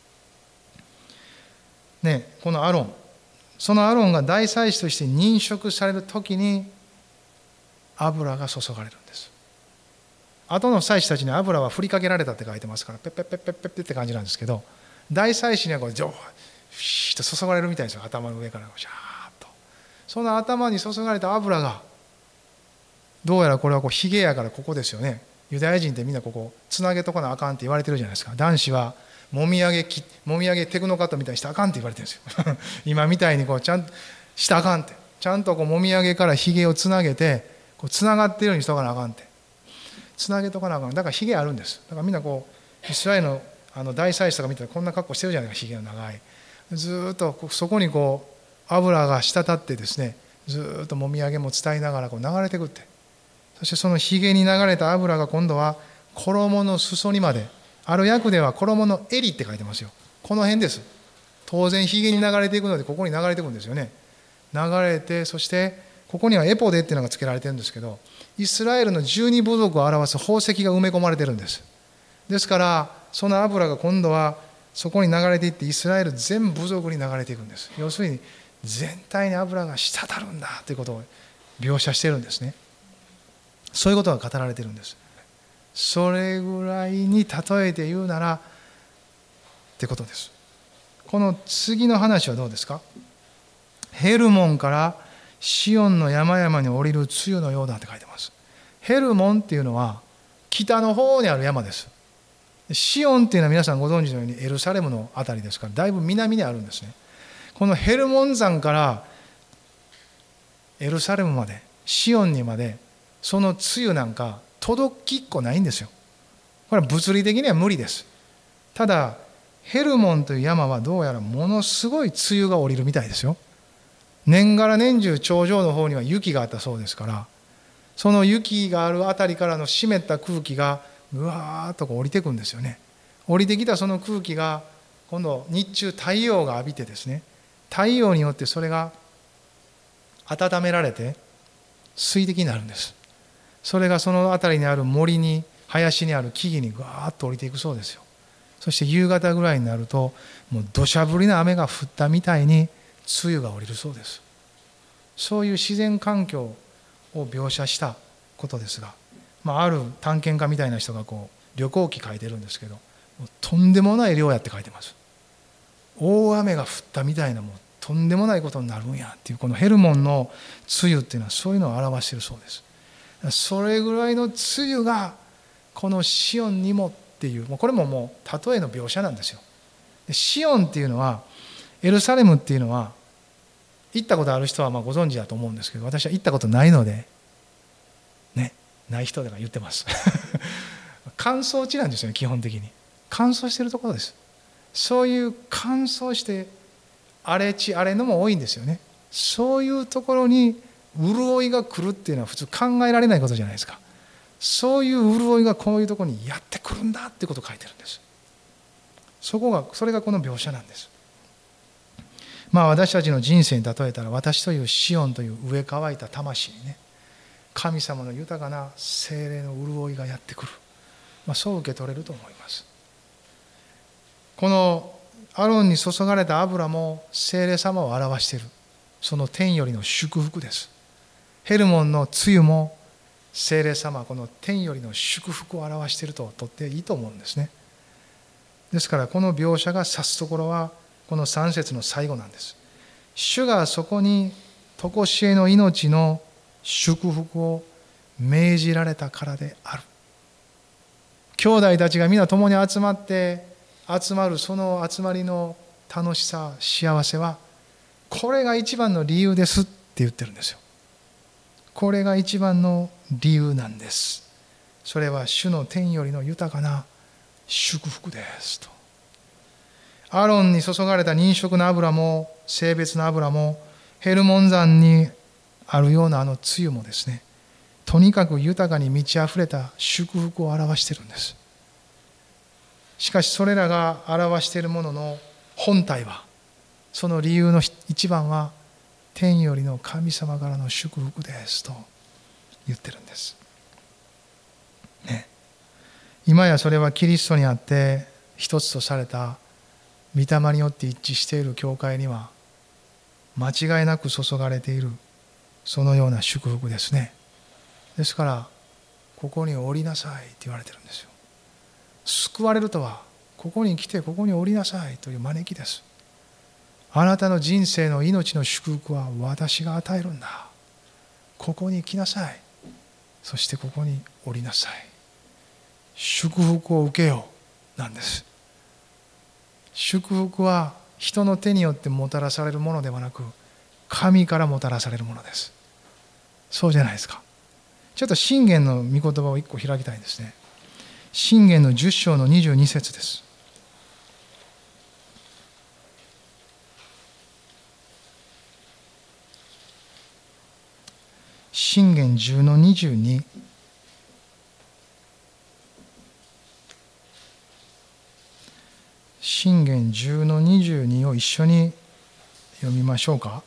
ね、このアロン、そのアロンが大祭司として任職されるときに油が注がれるんです。後の祭司たちに油は振りかけられたって書いてますから、ペッペッペッペッペッペッって感じなんですけど、大祭司にはこうジョーシュッと注がれるみたいですよ。頭の上からシャーッと。その頭に注がれた油が、どうやらこれはこうヒゲやからここですよね。ユダヤ人ってみんなここつなげとかなあかんって言われてるじゃないですか。男子はもみあげもみあげテクノカットみたいにしたらあかんって言われてるんですよ。今みたいにこうちゃんとしたらあかんって、ちゃんとこうもみあげからヒゲをつなげてこうつながってるようにしとかなあかんって、つなげとかなあかん。だからヒゲあるんです。だからみんなこうイスラエルのあの大祭司とか見たらこんな格好してるじゃないですか。ヒゲの長い、ずっとそこにこう油が滴ってですね、ずっともみあげも伝えながらこう流れてくって、そしてそのひげに流れた油が今度は衣の裾にまで、ある訳では衣の襟って書いてますよ。この辺です。当然ひげに流れていくのでここに流れていくんですよね。流れて、そしてここにはエポデっていうのが付けられてるんですけど、イスラエルの十二部族を表す宝石が埋め込まれてるんです。ですからその油が今度はそこに流れていってイスラエル全部族に流れていくんです。要するに全体に油が滴るんだということを描写しているんですね。そういうことが語られているんです。それぐらいに例えて言うならってことです。この次の話はどうですか。ヘルモンからシオンの山々に降りる梅雨のようだって書いてます。ヘルモンっていうのは北の方にある山です。シオンっていうのは皆さんご存知のようにエルサレムのあたりですから、だいぶ南にあるんですね。このヘルモン山からエルサレムまで、シオンにまで、その梅雨なんか届きっこないんですよ。これは物理的には無理です。ただヘルモンという山はどうやらものすごい梅雨が降りるみたいですよ。年がら年中頂上の方には雪があったそうですから、その雪があるあたりからの湿った空気がぐわーっとこう降りてくんですよね。降りてきたその空気が今度日中太陽が浴びてですね、太陽によってそれが温められて水滴になるんです。それがその辺りにある森に、林にある木々にぐわーっと降りていくそうですよ。そして夕方ぐらいになるともう土砂降りの雨が降ったみたいに梅雨が降りるそうです。そういう自然環境を描写したことですが、まあ、ある探検家みたいな人がこう旅行記書いてるんですけど、もうとんでもない量やって書いてます。大雨が降ったみたいな、もうとんでもないことになるんやっていう、このヘルモンの梅雨っていうのはそういうのを表しているそうです。それぐらいの梅雨がこのシオンにもっていう、これももう例えの描写なんですよ。でシオンっていうのは、エルサレムっていうのは、行ったことある人はまあご存知だと思うんですけど、私は行ったことないのでね、ない人だから言ってます乾燥地なんですよね。基本的に乾燥しているところです。そういう乾燥して荒れ地荒れのも多いんですよね。そういうところに潤いが来るっていうのは普通考えられないことじゃないですか。そういう潤いがこういうところにやってくるんだってことを書いてるんです。そこがそれがこの描写なんです。まあ私たちの人生に例えたら、私というシオンという植え乾いた魂にね、神様の豊かな聖霊の潤いがやってくる、まあ、そう受け取れると思います。このアロンに注がれた油も聖霊様を表している、その天よりの祝福です。ヘルモンの梅雨も聖霊様はこの天よりの祝福を表しているととっていいと思うんですね。ですからこの描写が指すところはこのさん節の最後なんです。主がそこに常しえの命の祝福を命じられたからである。兄弟たちが皆共に集まって集まるその集まりの楽しさ、幸せはこれが一番の理由ですって言ってるんですよ。これが一番の理由なんです。それは主の天よりの豊かな祝福ですと。アロンに注がれた任職の油も聖別の油もヘルモン山にあるようなあの露もですね、とにかく豊かに満ち溢れた祝福を表しているんです。しかしそれらが表しているものの本体は、その理由の一番は天よりの神様からの祝福ですと言ってるんです、ね、今やそれはキリストにあって一つとされた御霊によって一致している教会には間違いなく注がれているそのような祝福ですね。ですからここに降りなさいって言われてるんですよ。救われるとはここに来てここに降りなさいという招きです。あなたの人生の命の祝福は私が与えるんだ。ここに来なさい。そしてここに降りなさい。祝福を受けようなんです。祝福は人の手によってもたらされるものではなく、神からもたらされるものです。そうじゃないですか。ちょっと箴言の御言葉を一個開きたいんですね。箴言のじゅっ章のにじゅうに節です。箴言じゅうのにじゅうに。箴言じゅうのにじゅうにを一緒に読みましょうか。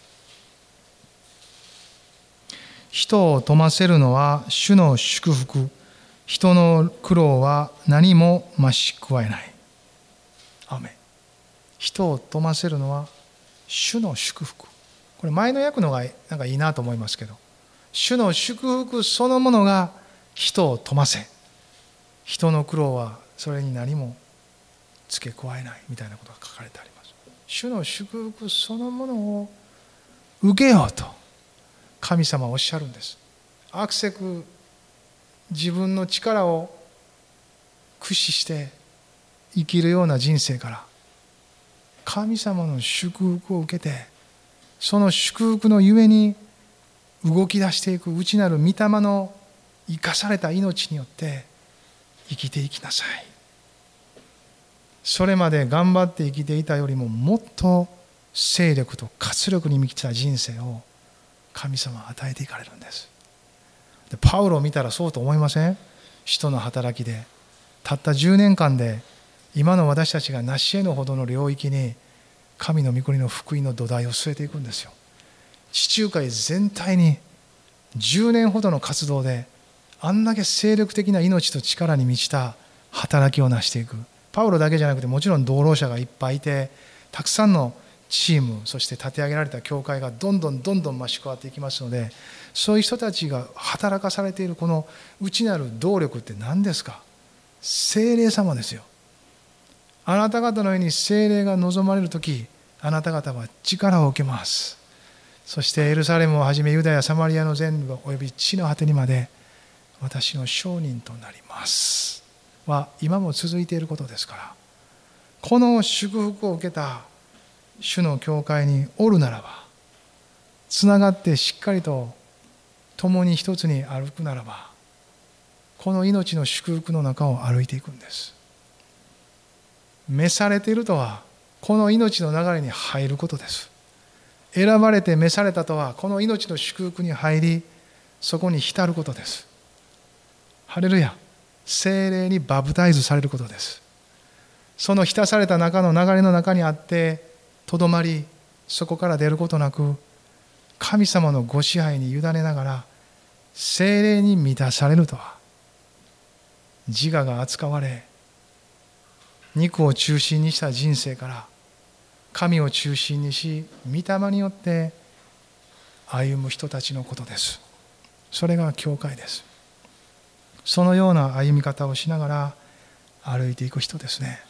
人を富ませるのは主の祝福。人の苦労は何も増し加えない。アーメン。人を富ませるのは主の祝福。これ前の訳のがなんかいいなと思いますけど、主の祝福そのものが人を富ませ、人の苦労はそれに何も付け加えないみたいなことが書かれてあります。主の祝福そのものを受けようと神様はおっしゃるんです。アクセク自分の力を駆使して生きるような人生から神様の祝福を受けて、その祝福のゆえに動き出していく内なる御霊の生かされた命によって生きていきなさい。それまで頑張って生きていたよりももっと精力と活力に満ちた人生を神様は与えていかれるんです。でパウロを見たらそうと思いません？使徒の働きでたったじゅうねんかんで今の私たちが成し得ぬほどの領域に神の御国の福音の土台を据えていくんですよ。地中海全体にじゅうねんほどの活動であんだけ精力的な命と力に満ちた働きを成していく。パウロだけじゃなくてもちろん同労者がいっぱいいて、たくさんのチーム、そして立て上げられた教会がどんどんどんどん増し加わっていきますので、そういう人たちが働かされているこの内なる動力って何ですか？聖霊様ですよ。あなた方のように聖霊が望まれるとき、あなた方は力を受けます。そしてエルサレムをはじめユダヤサマリアの全部および地の果てにまで私の証人となりますは今も続いていることですから、この祝福を受けた主の教会におるならば、つながってしっかりと共に一つに歩くならば、この命の祝福の中を歩いていくんです。召されているとはこの命の流れに入ることです。選ばれて召されたとはこの命の祝福に入り、そこに浸ることです。ハレルヤ。聖霊にバプタイズされることです。その浸された中の流れの中にあってとどまり、そこから出ることなく神様のご支配に委ねながら聖霊に満たされるとは、自我が扱われ肉を中心にした人生から神を中心にし御霊によって歩む人たちのことです。それが教会です。そのような歩み方をしながら歩いていく人ですね。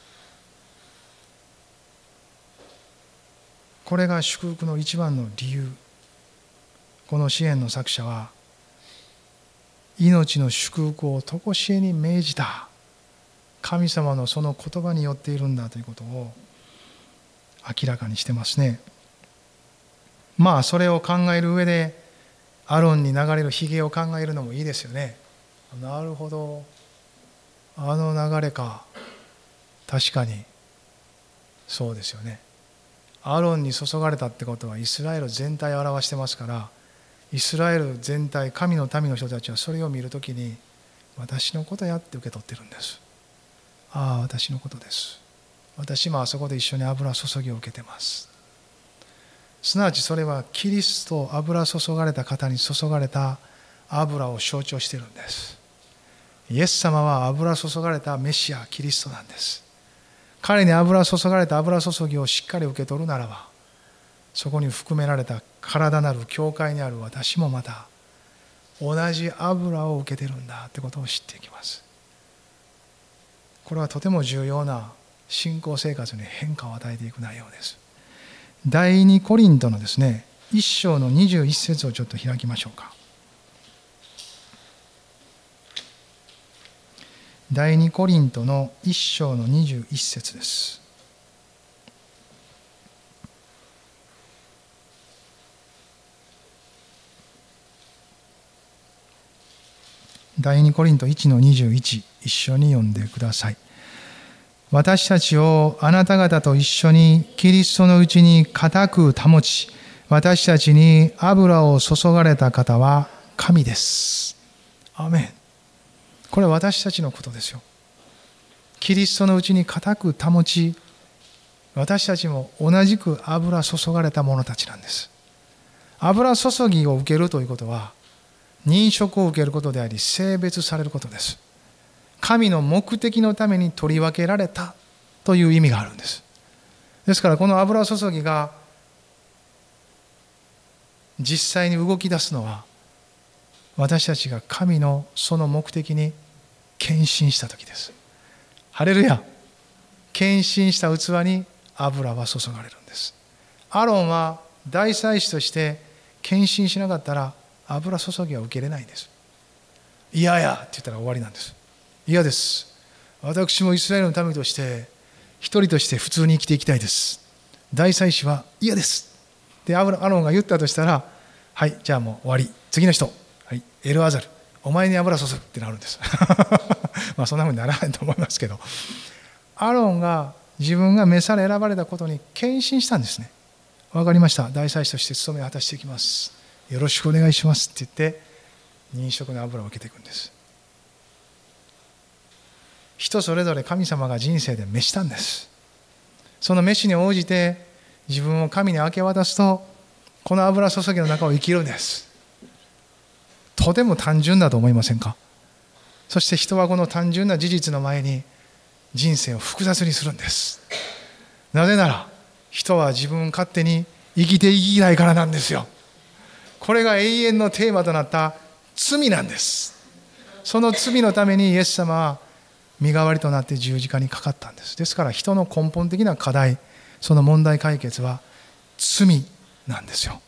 これが祝福の一番の理由。この詩篇の作者は命の祝福を常しえに命じた神様のその言葉によっているんだということを明らかにしてますね。まあそれを考える上でアロンに流れるひげを考えるのもいいですよね。なるほど、あの流れか。確かにそうですよね。アロンに注がれたってことはイスラエル全体を表してますから、イスラエル全体、神の民の人たちはそれを見るときに私のことやって受け取ってるんです。ああ、私のことです。私もあそこで一緒に油注ぎを受けてます。 すなわちそれはキリスト、油注がれた方に注がれた油を象徴しているんです。イエス様は油注がれたメシア、キリストなんです。彼に油注がれた油注ぎをしっかり受け取るならば、そこに含められた体なる教会にある私もまた同じ油を受けてるんだということを知っていきます。これはとても重要な信仰生活に変化を与えていく内容です。第二コリントのですね、一章のにじゅう一節をちょっと開きましょうか。第二コリントの一章のにじゅう一節です。第二コリントいちのにじゅういち、一緒に読んでください。私たちをあなた方と一緒にキリストのうちに固く保ち、私たちに油を注がれた方は神です。アーメン。これは私たちのことですよ。キリストのうちに固く保ち、私たちも同じく油注がれた者たちなんです。油注ぎを受けるということは、認職を受けることであり、性別されることです。神の目的のために取り分けられたという意味があるんです。ですからこの油注ぎが実際に動き出すのは、私たちが神のその目的に献身したときです。ハレルヤ。献身した器に油は注がれるんです。アロンは大祭司として献身しなかったら油注ぎは受けれないんです。いやいやって言ったら終わりなんです。嫌です。私もイスラエルの民として一人として普通に生きていきたいです。大祭司は嫌です。で、アロンが言ったとしたら、はい、じゃあもう終わり。次の人。はい、エルアザル。お前に油注ぐってなるんです。まあそんなふうにならないと思いますけど。アロンが自分が召され選ばれたことに献身したんですね。わかりました。大祭司として務めを果たしていきます。よろしくお願いしますって言って、認職の油を受けていくんです。人それぞれ神様が人生で召したんです。その召しに応じて自分を神に明け渡すと、この油注ぎの中を生きるんです。とても単純だと思いませんか？そして人はこの単純な事実の前に人生を複雑にするんです。なぜなら人は自分勝手に生きていきたいからなんですよ。これが永遠のテーマとなった罪なんです。その罪のためにイエス様は身代わりとなって十字架にかかったんです。ですから人の根本的な課題、その問題解決は罪なんですよ。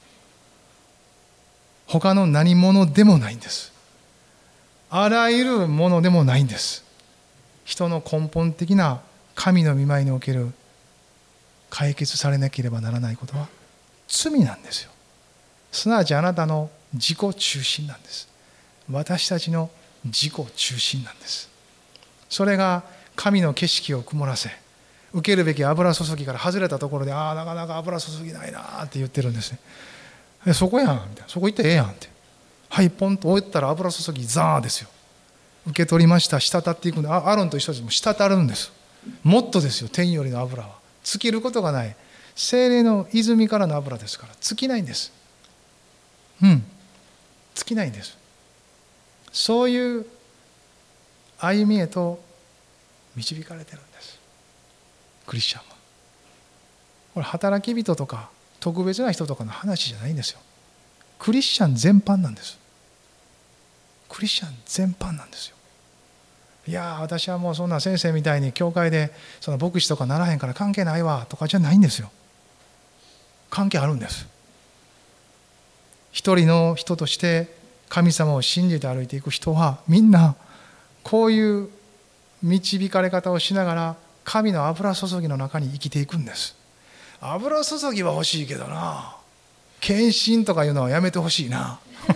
他の何者でもないんです。あらゆるものでもないんです。人の根本的な神の御前における解決されなければならないことは罪なんですよ。すなわちあなたの自己中心なんです。私たちの自己中心なんです。それが神の景色を曇らせ、受けるべき油注ぎから外れたところで、ああなかなか油注ぎないなって言ってるんですね。えそこやんみたいな、そこ行ってええやんって、はいポンと置いたら油注ぎザーですよ。受け取りました。滴っていくんで、あアロンと一緒でも滴るんです。もっとですよ。天よりの油は尽きることがない、聖霊の泉からの油ですから尽きないんです。うん尽きないんです。そういう歩みへと導かれてるんです、クリスチャンは。これ働き人とか特別な人とかの話じゃないんですよ。クリスチャン全般なんです。クリスチャン全般なんですよ。いや私はもうそんな先生みたいに教会でその牧師とかならへんから関係ないわとかじゃないんですよ。関係あるんです。一人の人として神様を信じて歩いていく人はみんなこういう導かれ方をしながら神の油注ぎの中に生きていくんです。油注ぎは欲しいけどな、献身とかいうのはやめてほしいな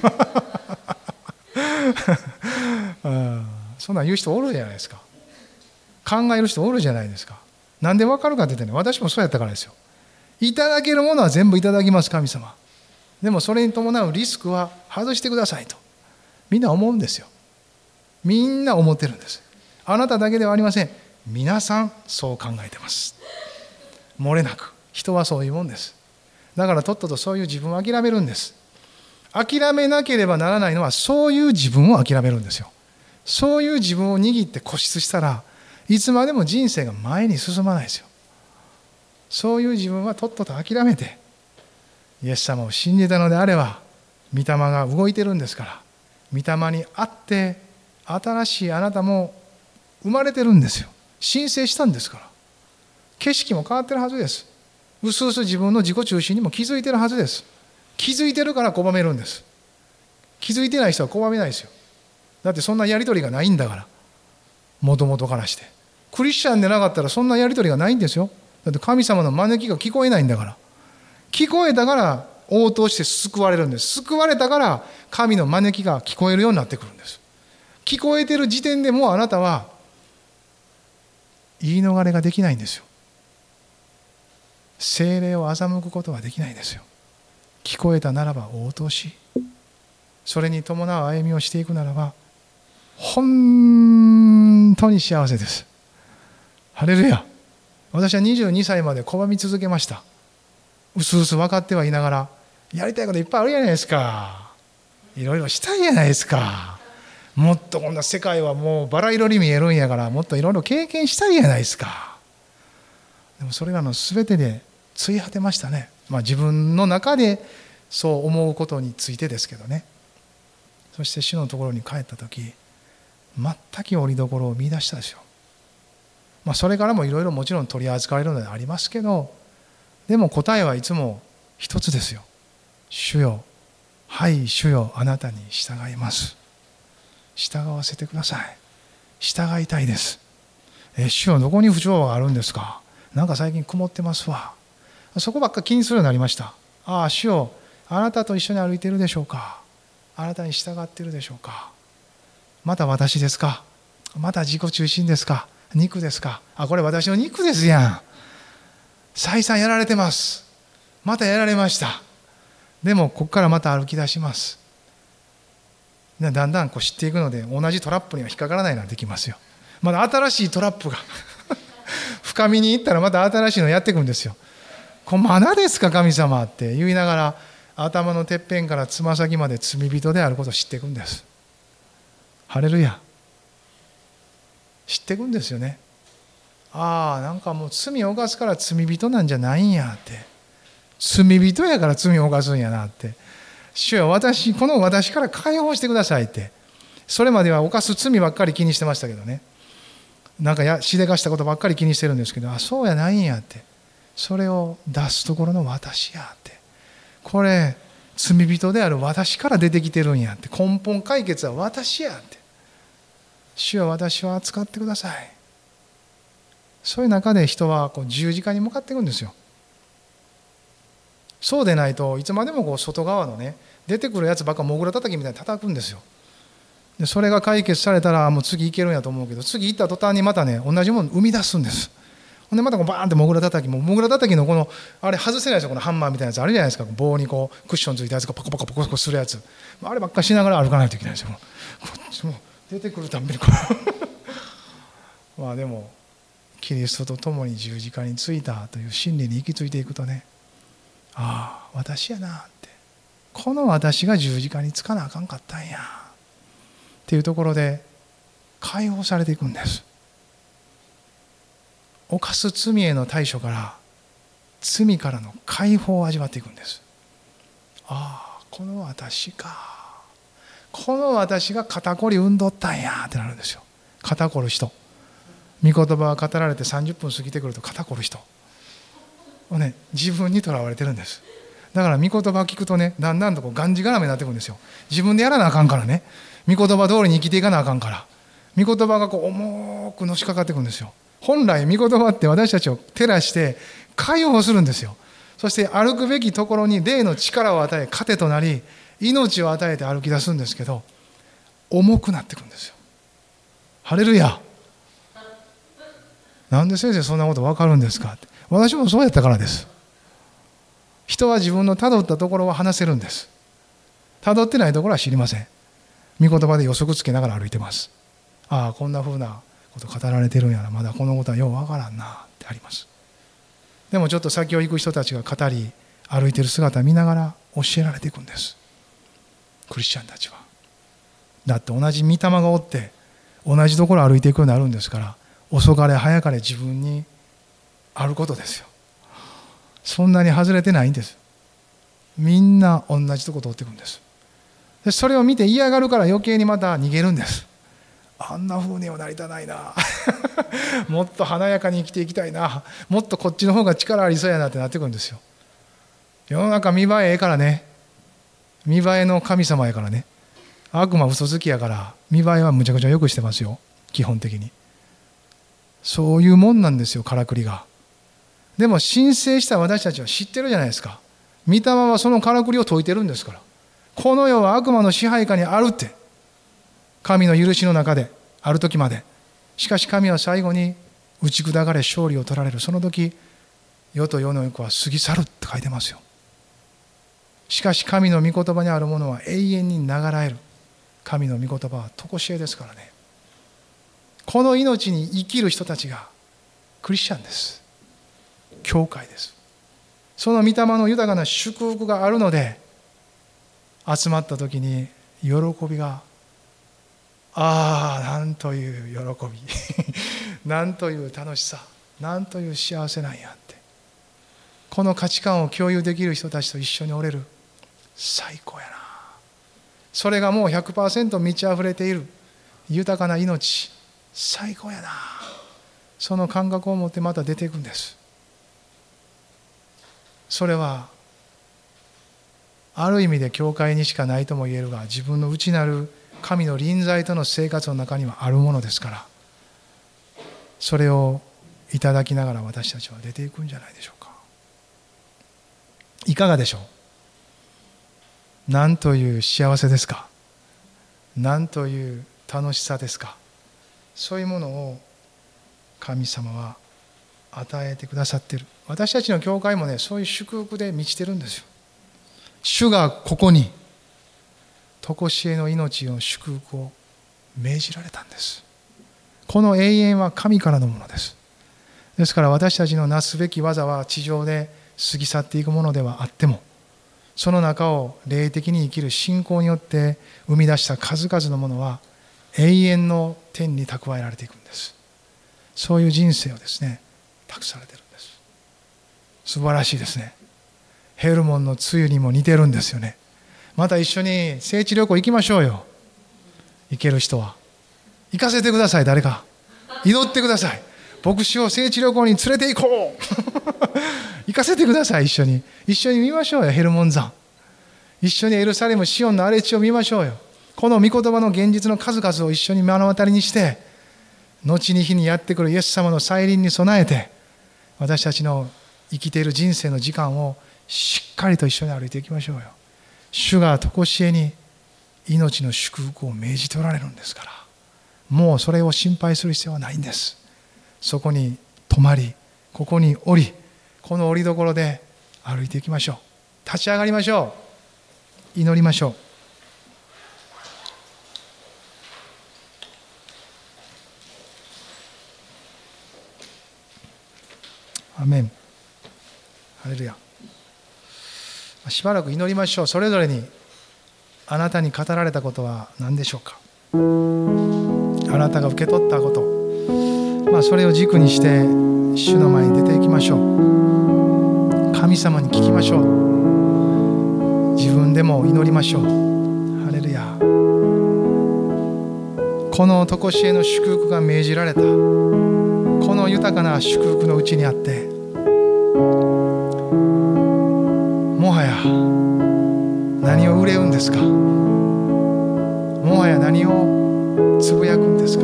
うん、そんなん言う人おるじゃないですか。考える人おるじゃないですか。なんで分かるかって言ってね、私もそうやったからですよ。いただけるものは全部いただきます神様。でもそれに伴うリスクは外してくださいとみんな思うんですよ。みんな思ってるんです。あなただけではありません。皆さんそう考えてます。漏れなく人はそういうもんです。 だからとっととそういう自分を諦めるんです。諦めなければならないのはそういう自分を諦めるんですよ。そういう自分を握って固執したらいつまでも人生が前に進まないですよ。そういう自分はとっとと諦めて、イエス様を信じたのであれば御霊が動いてるんですから、御霊にあって新しいあなたも生まれてるんですよ。申請したんですから。景色も変わってるはずです。うすうす自分の自己中心にも気づいてるはずです。気づいてるから拒めるんです。気づいてない人は拒めないですよ。だってそんなやり取りがないんだから、もともとからして。クリスチャンでなかったらそんなやり取りがないんですよ。だって神様の招きが聞こえないんだから。聞こえたから応答して救われるんです。救われたから神の招きが聞こえるようになってくるんです。聞こえてる時点でもうあなたは言い逃れができないんですよ。聖霊を欺くことはできないですよ。聞こえたならば応答し、それに伴う歩みをしていくならば本当に幸せです。ハレルヤ。私はにじゅうにさいまで拒み続けました。うすうす分かってはいながら、やりたいこといっぱいあるじゃないですか。いろいろしたいじゃないですか。もっとこんな世界はもうバラ色に見えるんやから、もっといろいろ経験したいじゃないですか。でもそれらの全てでつい果てましたね。まあ自分の中でそう思うことについてですけどね。そして主のところに帰った時、全く折りどころを見出したんですよ。まあそれからもいろいろもちろん取り扱われるのでありますけど、でも答えはいつも一つですよ。主よ、はい主よ、あなたに従います。従わせてください。従いたいです。え、主よ、どこに不調和があるんですか。なんか最近曇ってますわ。そこばっか気にするようになりました。ああ、主よ、あなたと一緒に歩いているでしょうか。あなたに従っているでしょうか。また私ですか。また自己中心ですか。肉ですか。あ、これ私の肉ですやん。再三やられてます。またやられました。でもここからまた歩き出します。だんだんこう知っていくので、同じトラップには引っかからないようになってきますよ。まだ新しいトラップが深みに行ったらまた新しいのやっていくんですよ。これまだですか神様って言いながら、頭のてっぺんからつま先まで罪人であることを知っていくんです。ハレルヤ。知っていくんですよね。ああ、なんかもう罪を犯すから罪人なんじゃないんやって、罪人やから罪を犯すんやなって、主よ、私この私から解放してくださいって。それまでは犯す罪ばっかり気にしてましたけどね、なんかやしでかしたことばっかり気にしてるんですけど、あ、そうやないんやって、それを出すところの私やって、これ罪人である私から出てきてるんやって、根本解決は私やって、主よ、私を扱ってください。そういう中で人はこう十字架に向かっていくんですよ。そうでないといつまでもこう外側のね、出てくるやつばっかもぐら叩きみたいに叩くんですよ。でそれが解決されたらもう次いけるんやと思うけど、次行った途端にまたね、同じもの生み出すんです。ほんでまたこうバーンってもぐら叩き、もうもぐら叩きのこのあれ外せないですよ。このハンマーみたいなやつあるじゃないですか。棒にこうクッションついたやつがパコパコパコパコするやつ、あればっかりしながら歩かないといけないんですよ。こっちも出てくるたんびにこうまあでもキリストと共に十字架についたという真理に行き着いていくとね、ああ私やなって、この私が十字架につかなあかんかったんやっていうところで解放されていくんです。犯す罪への対処から罪からの解放を味わっていくんです。ああこの私か、この私が肩こり産んどったんやってなるんですよ。肩こる人、御言葉が語られてさんじゅっぷん過ぎてくると肩こる人をね、自分にとらわれてるんです。だから御言葉を聞くとね、だんだんとこうがんじがらめになってくるんですよ。自分でやらなあかんからね、御言葉通りに生きていかなあかんから、御言葉がこう重くのしかかってくるんですよ。本来御言葉って私たちを照らして解放するんですよ。そして歩くべきところに霊の力を与え、糧となり命を与えて歩き出すんですけど、重くなってくるんですよ。ハレルヤ。なんで先生そんなこと分かるんですかって。私もそうやったからです。人は自分のたどったところは話せるんです。たどってないところは知りません。御言葉で予測つけながら歩いてます。ああこんなふうなこと語られてるんやな、まだこのことはよう分からんなってあります。でもちょっと先を行く人たちが語り歩いている姿を見ながら教えられていくんです。クリスチャンたちは。だって同じ御霊がおって同じところを歩いていくようになるんですから、遅かれ早かれ自分にあることですよ。そんなに外れてないんです。みんな同じところを通っていくんです。でそれを見て嫌がるから余計にまた逃げるんです。あんな風にはなりたないなもっと華やかに生きていきたいな、もっとこっちの方が力ありそうやなってなってくるんですよ。世の中見栄えええからね、見栄えの神様やからね。悪魔嘘つきやから見栄えはむちゃくちゃよくしてますよ、基本的に。そういうもんなんですよ、からくりが。でも申請した私たちは知ってるじゃないですか。御霊はそのからくりを解いてるんですから。この世は悪魔の支配下にあるって、神の許しの中である時まで。しかし神は最後に打ち砕かれ勝利を取られる。その時世と世の欲は過ぎ去るって書いてますよ。しかし神の御言葉にあるものは永遠に流らえる。神の御言葉は常しえですからね。この命に生きる人たちがクリスチャンです。教会です。その御霊の豊かな祝福があるので、集まった時に喜びが、ああなんという喜びなんという楽しさ、なんという幸せなんやって、この価値観を共有できる人たちと一緒におれる、最高やな。それがもう ひゃくパーセント 満ち溢れている豊かな命、最高やな。その感覚を持ってまた出ていくんです。それはある意味で教会にしかないとも言えるが、自分の内なる神の臨在との生活の中にはあるものですから、それをいただきながら私たちは出ていくんじゃないでしょうか。いかがでしょう。なんという幸せですか。なんという楽しさですか。そういうものを神様は与えてくださっている。私たちの教会もね、そういう祝福で満ちてるんですよ。主がここに常しえの命の祝福を命じられたんです。この永遠は神からのものです。ですから私たちのなすべき技は地上で過ぎ去っていくものではあっても、その中を霊的に生きる信仰によって生み出した数々のものは永遠の天に蓄えられていくんです。そういう人生をですね、託されているんです。素晴らしいですね。ヘルモンの梅雨にも似てるんですよね。また一緒に聖地旅行行きましょうよ。行ける人は行かせてください。誰か祈ってください。牧師を聖地旅行に連れて行こう行かせてください。一緒に一緒に見ましょうよ。ヘルモン山、一緒にエルサレムシオンの荒れ地を見ましょうよ。この御言葉の現実の数々を一緒に目の当たりにして、後に日にやってくるイエス様の再臨に備えて、私たちの生きている人生の時間をしっかりと一緒に歩いていきましょうよ。主が常しえに命の祝福を命じておられるんですから、もうそれを心配する必要はないんです。そこに泊まり、ここに降り、この降りどころで歩いていきましょう。立ち上がりましょう。祈りましょう。アメン。ハレルヤ。しばらく祈りましょう。それぞれにあなたに語られたことは何でしょうか。あなたが受け取ったこと、まあ、それを軸にして主の前に出ていきましょう。神様に聞きましょう。自分でも祈りましょう。ハレルヤ。この常しえの祝福が命じられた、この豊かな祝福のうちにあって、もはや何を憂うんですか。もはや何をつぶやくんですか。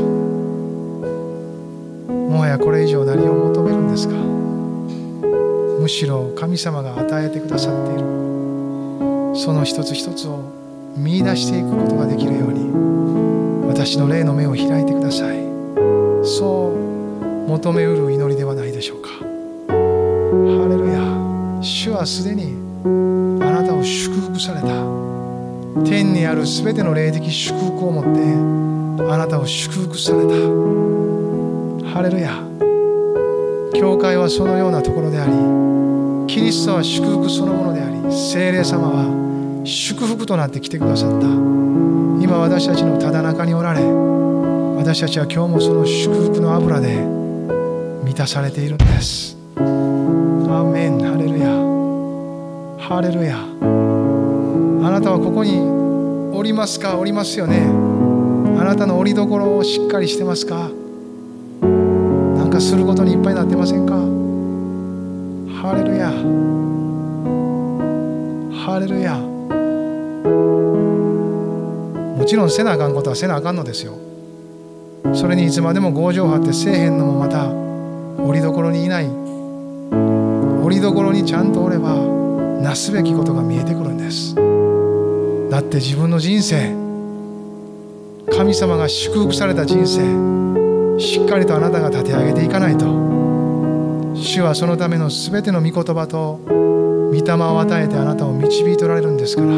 もはやこれ以上何を求めるんですか。むしろ神様が与えてくださっているその一つ一つを見出していくことができるように、私の霊の目を開いてください。そう求めうる祈りではないでしょうか。ハレルヤ。主はすでにあなたを祝福された。天にあるすべての霊的祝福をもってあなたを祝福された。ハレルヤ。教会はそのようなところであり、 キリストは祝福そのものであり、聖霊様は祝福となって来てくださった。今私たちのただ中におられ、私たちは今日もその祝福の油で満たされているんです。アーメン。ハレルヤ、ハレルヤ。あなたはここにおりますか？おりますよね。あなたのおりどころをしっかりしてますか？なんかすることにいっぱいになってませんか？ハレルヤ、ハレルヤ。もちろんせなあかんことはせなあかんのですよ。それにいつまでも強情張ってせえへんのもまたおりどころにいない。おりどころにちゃんとおればなすべきことが見えてくるんです。だって自分の人生、神様が祝福された人生、しっかりとあなたが立て上げていかないと、主はそのためのすべての御言葉と御霊を与えてあなたを導いておられるんですから、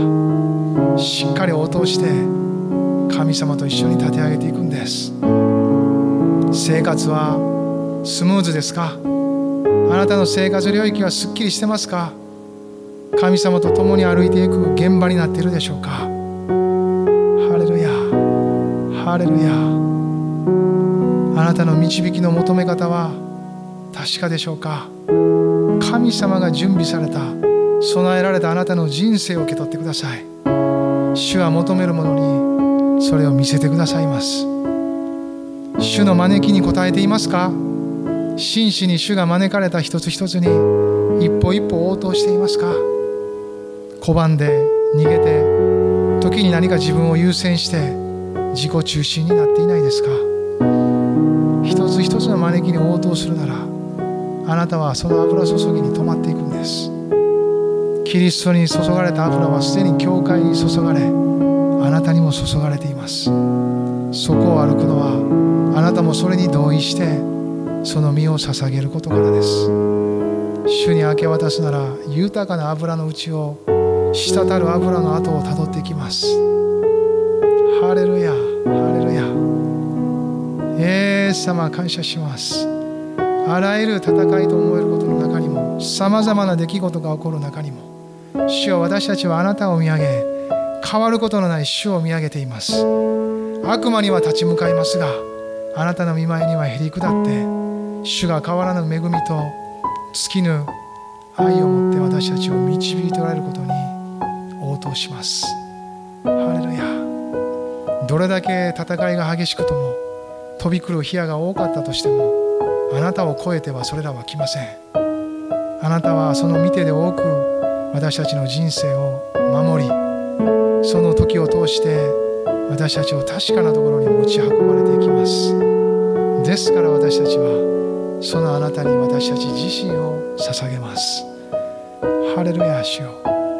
しっかり応答して神様と一緒に立て上げていくんです。生活はスムーズですか？あなたの生活領域はすっきりしてますか？神様と共に歩いていく現場になっているでしょうか？ハレルヤ、ハレルヤ。あなたの導きの求め方は確かでしょうか？神様が準備された、備えられたあなたの人生を受け取ってください。主は求めるものにそれを見せてくださいます。主の招きに応えていますか？真摯に主が招かれた一つ一つに一歩一歩応答していますか？拒んで逃げて、時に何か自分を優先して自己中心になっていないですか？一つ一つの招きに応答するなら、あなたはその油注ぎに止まっていくんです。キリストに注がれた油はすでに教会に注がれ、あなたにも注がれています。そこを歩くのはあなたもそれに同意してその身を捧げることからです。主に明け渡すなら、豊かな油のうちを滴る油の跡をたどっていきます。ハレルヤ、ハレルヤ。イエス様感謝します。あらゆる戦いと思えることの中にも、さまざまな出来事が起こる中にも、主よ、私たちはあなたを見上げ、変わることのない主を見上げています。悪魔には立ち向かいますが、あなたの御前にはへり下って、主が変わらぬ恵みと尽きぬ愛を持って私たちを導いておられることに応答します。ハレルヤ。どれだけ戦いが激しくとも、飛び来る火矢が多かったとしても、あなたを超えてはそれらは来ません。あなたはその御手で多く私たちの人生を守り、その時を通して私たちを確かなところに持ち運ばれていきます。ですから私たちはそのあなたに私たち自身を捧げます。ハレルヤ。主よ、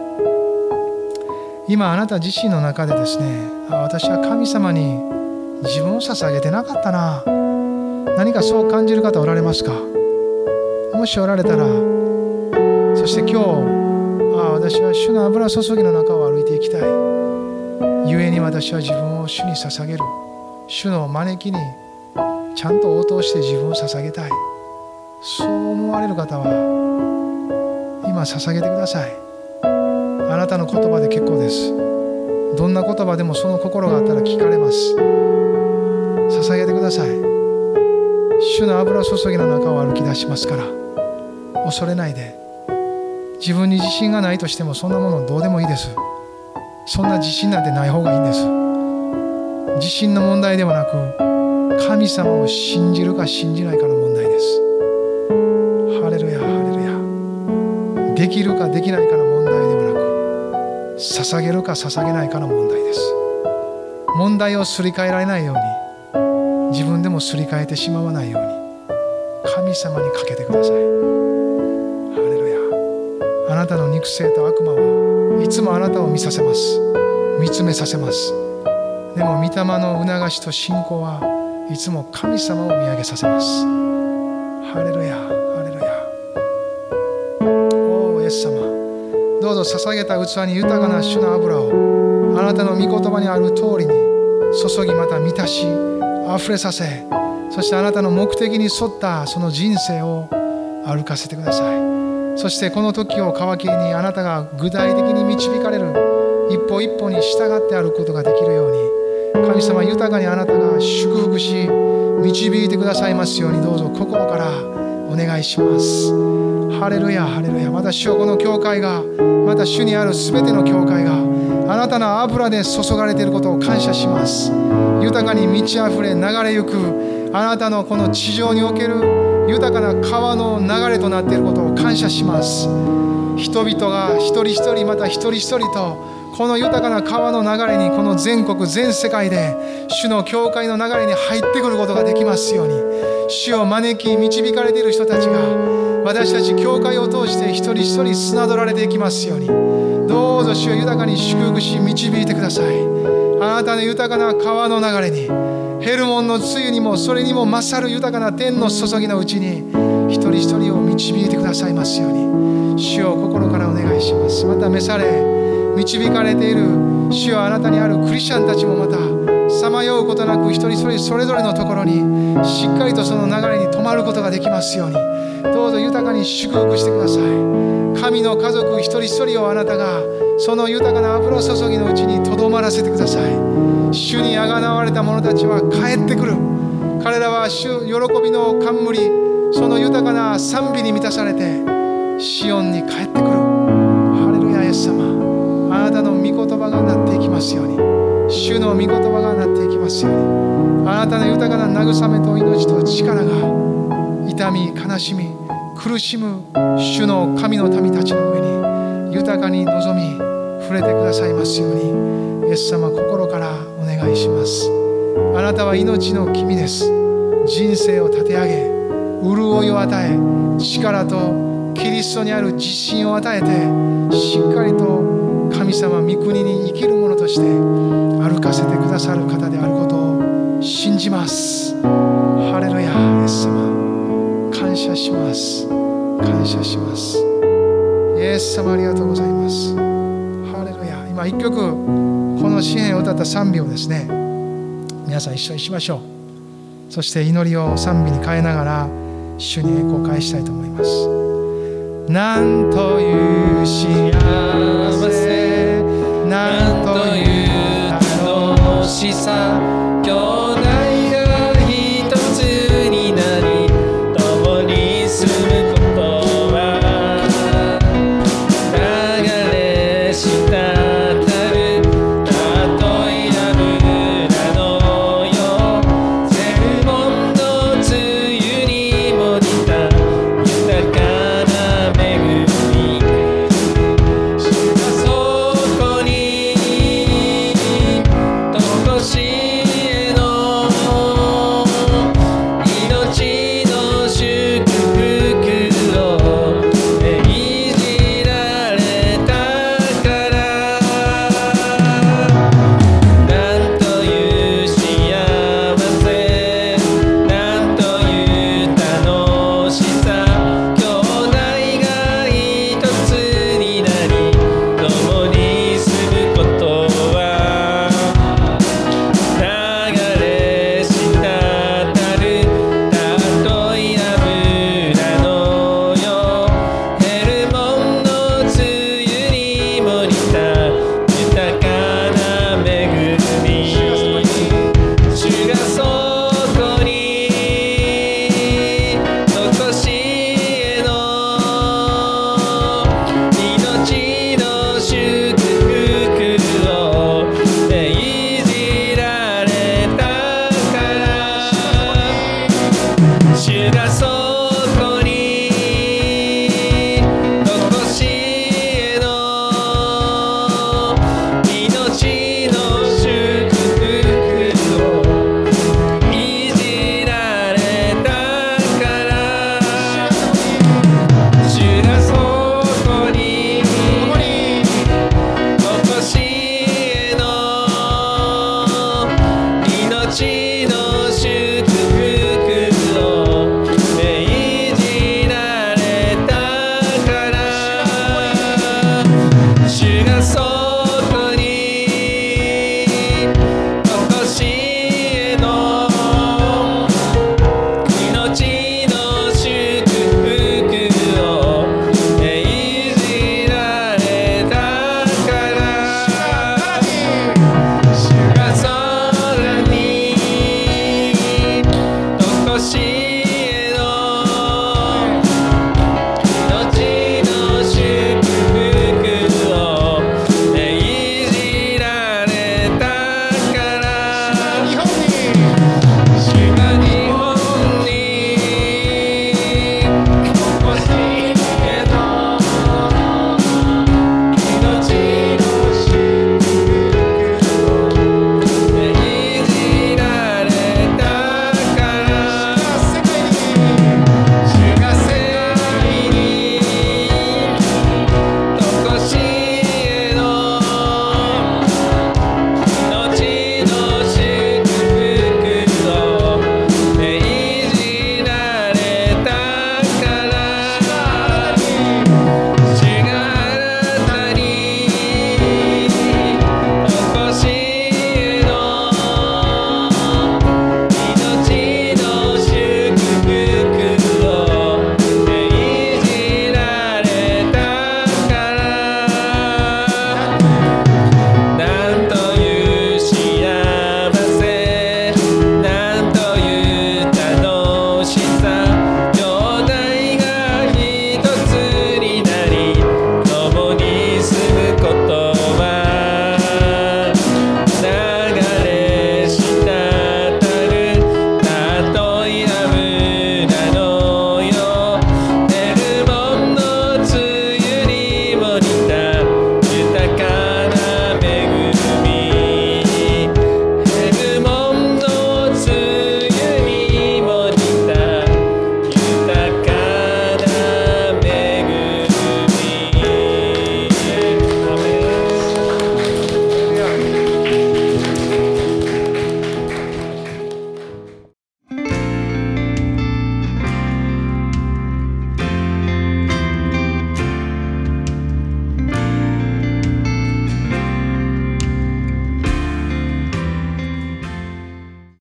今あなた自身の中でですね、私は神様に自分を捧げてなかったな、何かそう感じる方おられますか？もしおられたら、そして今日、ああ私は主の油注ぎの中を歩いていきたい、ゆえに私は自分を主に捧げる、主の招きにちゃんと応答して自分を捧げたい、そう思われる方は今捧げてください。あなたの言葉で結構です。どんな言葉でもその心があったら聞かれます。捧げてください。主の油注ぎの中を歩き出しますから、恐れないで。自分に自信がないとしてもそんなものどうでもいいです。そんな自信なんてない方がいいんです。自信の問題ではなく、神様を信じるか信じないかの問題です。ハレルヤ、ハレルヤ。できるかできないかの問題ではなく、捧げるか捧げないかの問題です。問題をすり替えられないように、自分でもすり替えてしまわないように、神様にかけてください。ハレルヤ。あなたの肉声と悪魔はいつもあなたを見させます。見つめさせます。でも御霊の促しと信仰はいつも神様を見上げさせます。ハレルヤ、ハレルヤ。おーイエス様、どうぞ捧げた器に豊かな主の油をあなたの御言葉にある通りに注ぎ、また満たし溢れさせ、そしてあなたの目的に沿ったその人生を歩かせてください。 そしてこの時を皮切りにあなたが具体的に導かれる一歩一歩に従って歩くことができるように、神様豊かにあなたが祝福し導いてくださいますように、どうぞ心からお願いします。ハレルヤハレルヤ。また主よ、この教会が、また主にあるすべての教会があなたの油で注がれていることを感謝します。豊かに満ち溢れ流れゆくあなたのこの地上における豊かな川の流れとなっていることを感謝します。人々が一人一人、また一人一人とこの豊かな川の流れに、この全国全世界で主の教会の流れに入ってくることができますように、主を招き導かれている人たちが私たち教会を通して一人一人砂取られていきますように、どうぞ主を豊かに祝福し導いてください。あなたの豊かな川の流れに、ヘルモンの露にもそれにも勝る豊かな天の注ぎのうちに一人一人を導いてくださいますように、主を心からお願いします。また召され導かれている主よ、あなたにあるクリスチャンたちもまたさまようことなく一人一人それぞれのところにしっかりとその流れに止まることができますように、どうぞ豊かに祝福してください。神の家族一人一人をあなたがその豊かな油注ぎのうちにとどまらせてください。主にあがなわれた者たちは帰ってくる。彼らは主喜びの冠、その豊かな賛美に満たされてシオンに帰ってくる。ハレルヤ。イエス様、あなたの御言葉がなっていきますように、主の御言葉がなっていきますように、あなたの豊かな慰めと命と力が痛み悲しみ苦しむ主の神の民たちの上に豊かに望み触れてくださいますように、イエス様心からお願いします。あなたは命の君です。人生を立て上げ潤いを与え、力とキリストにある自信を与えて、しっかりと神様御国に生きる者として歩かせてくださる方であることを信じます。ハレルヤ。イエス様感謝します。感謝します。イエス様ありがとうございます。ハレルヤ。今一曲この詩篇を歌った賛美をですね、皆さん一緒にしましょう。そして祈りを賛美に変えながら主に栄光を返したいと思います。なんという幸せ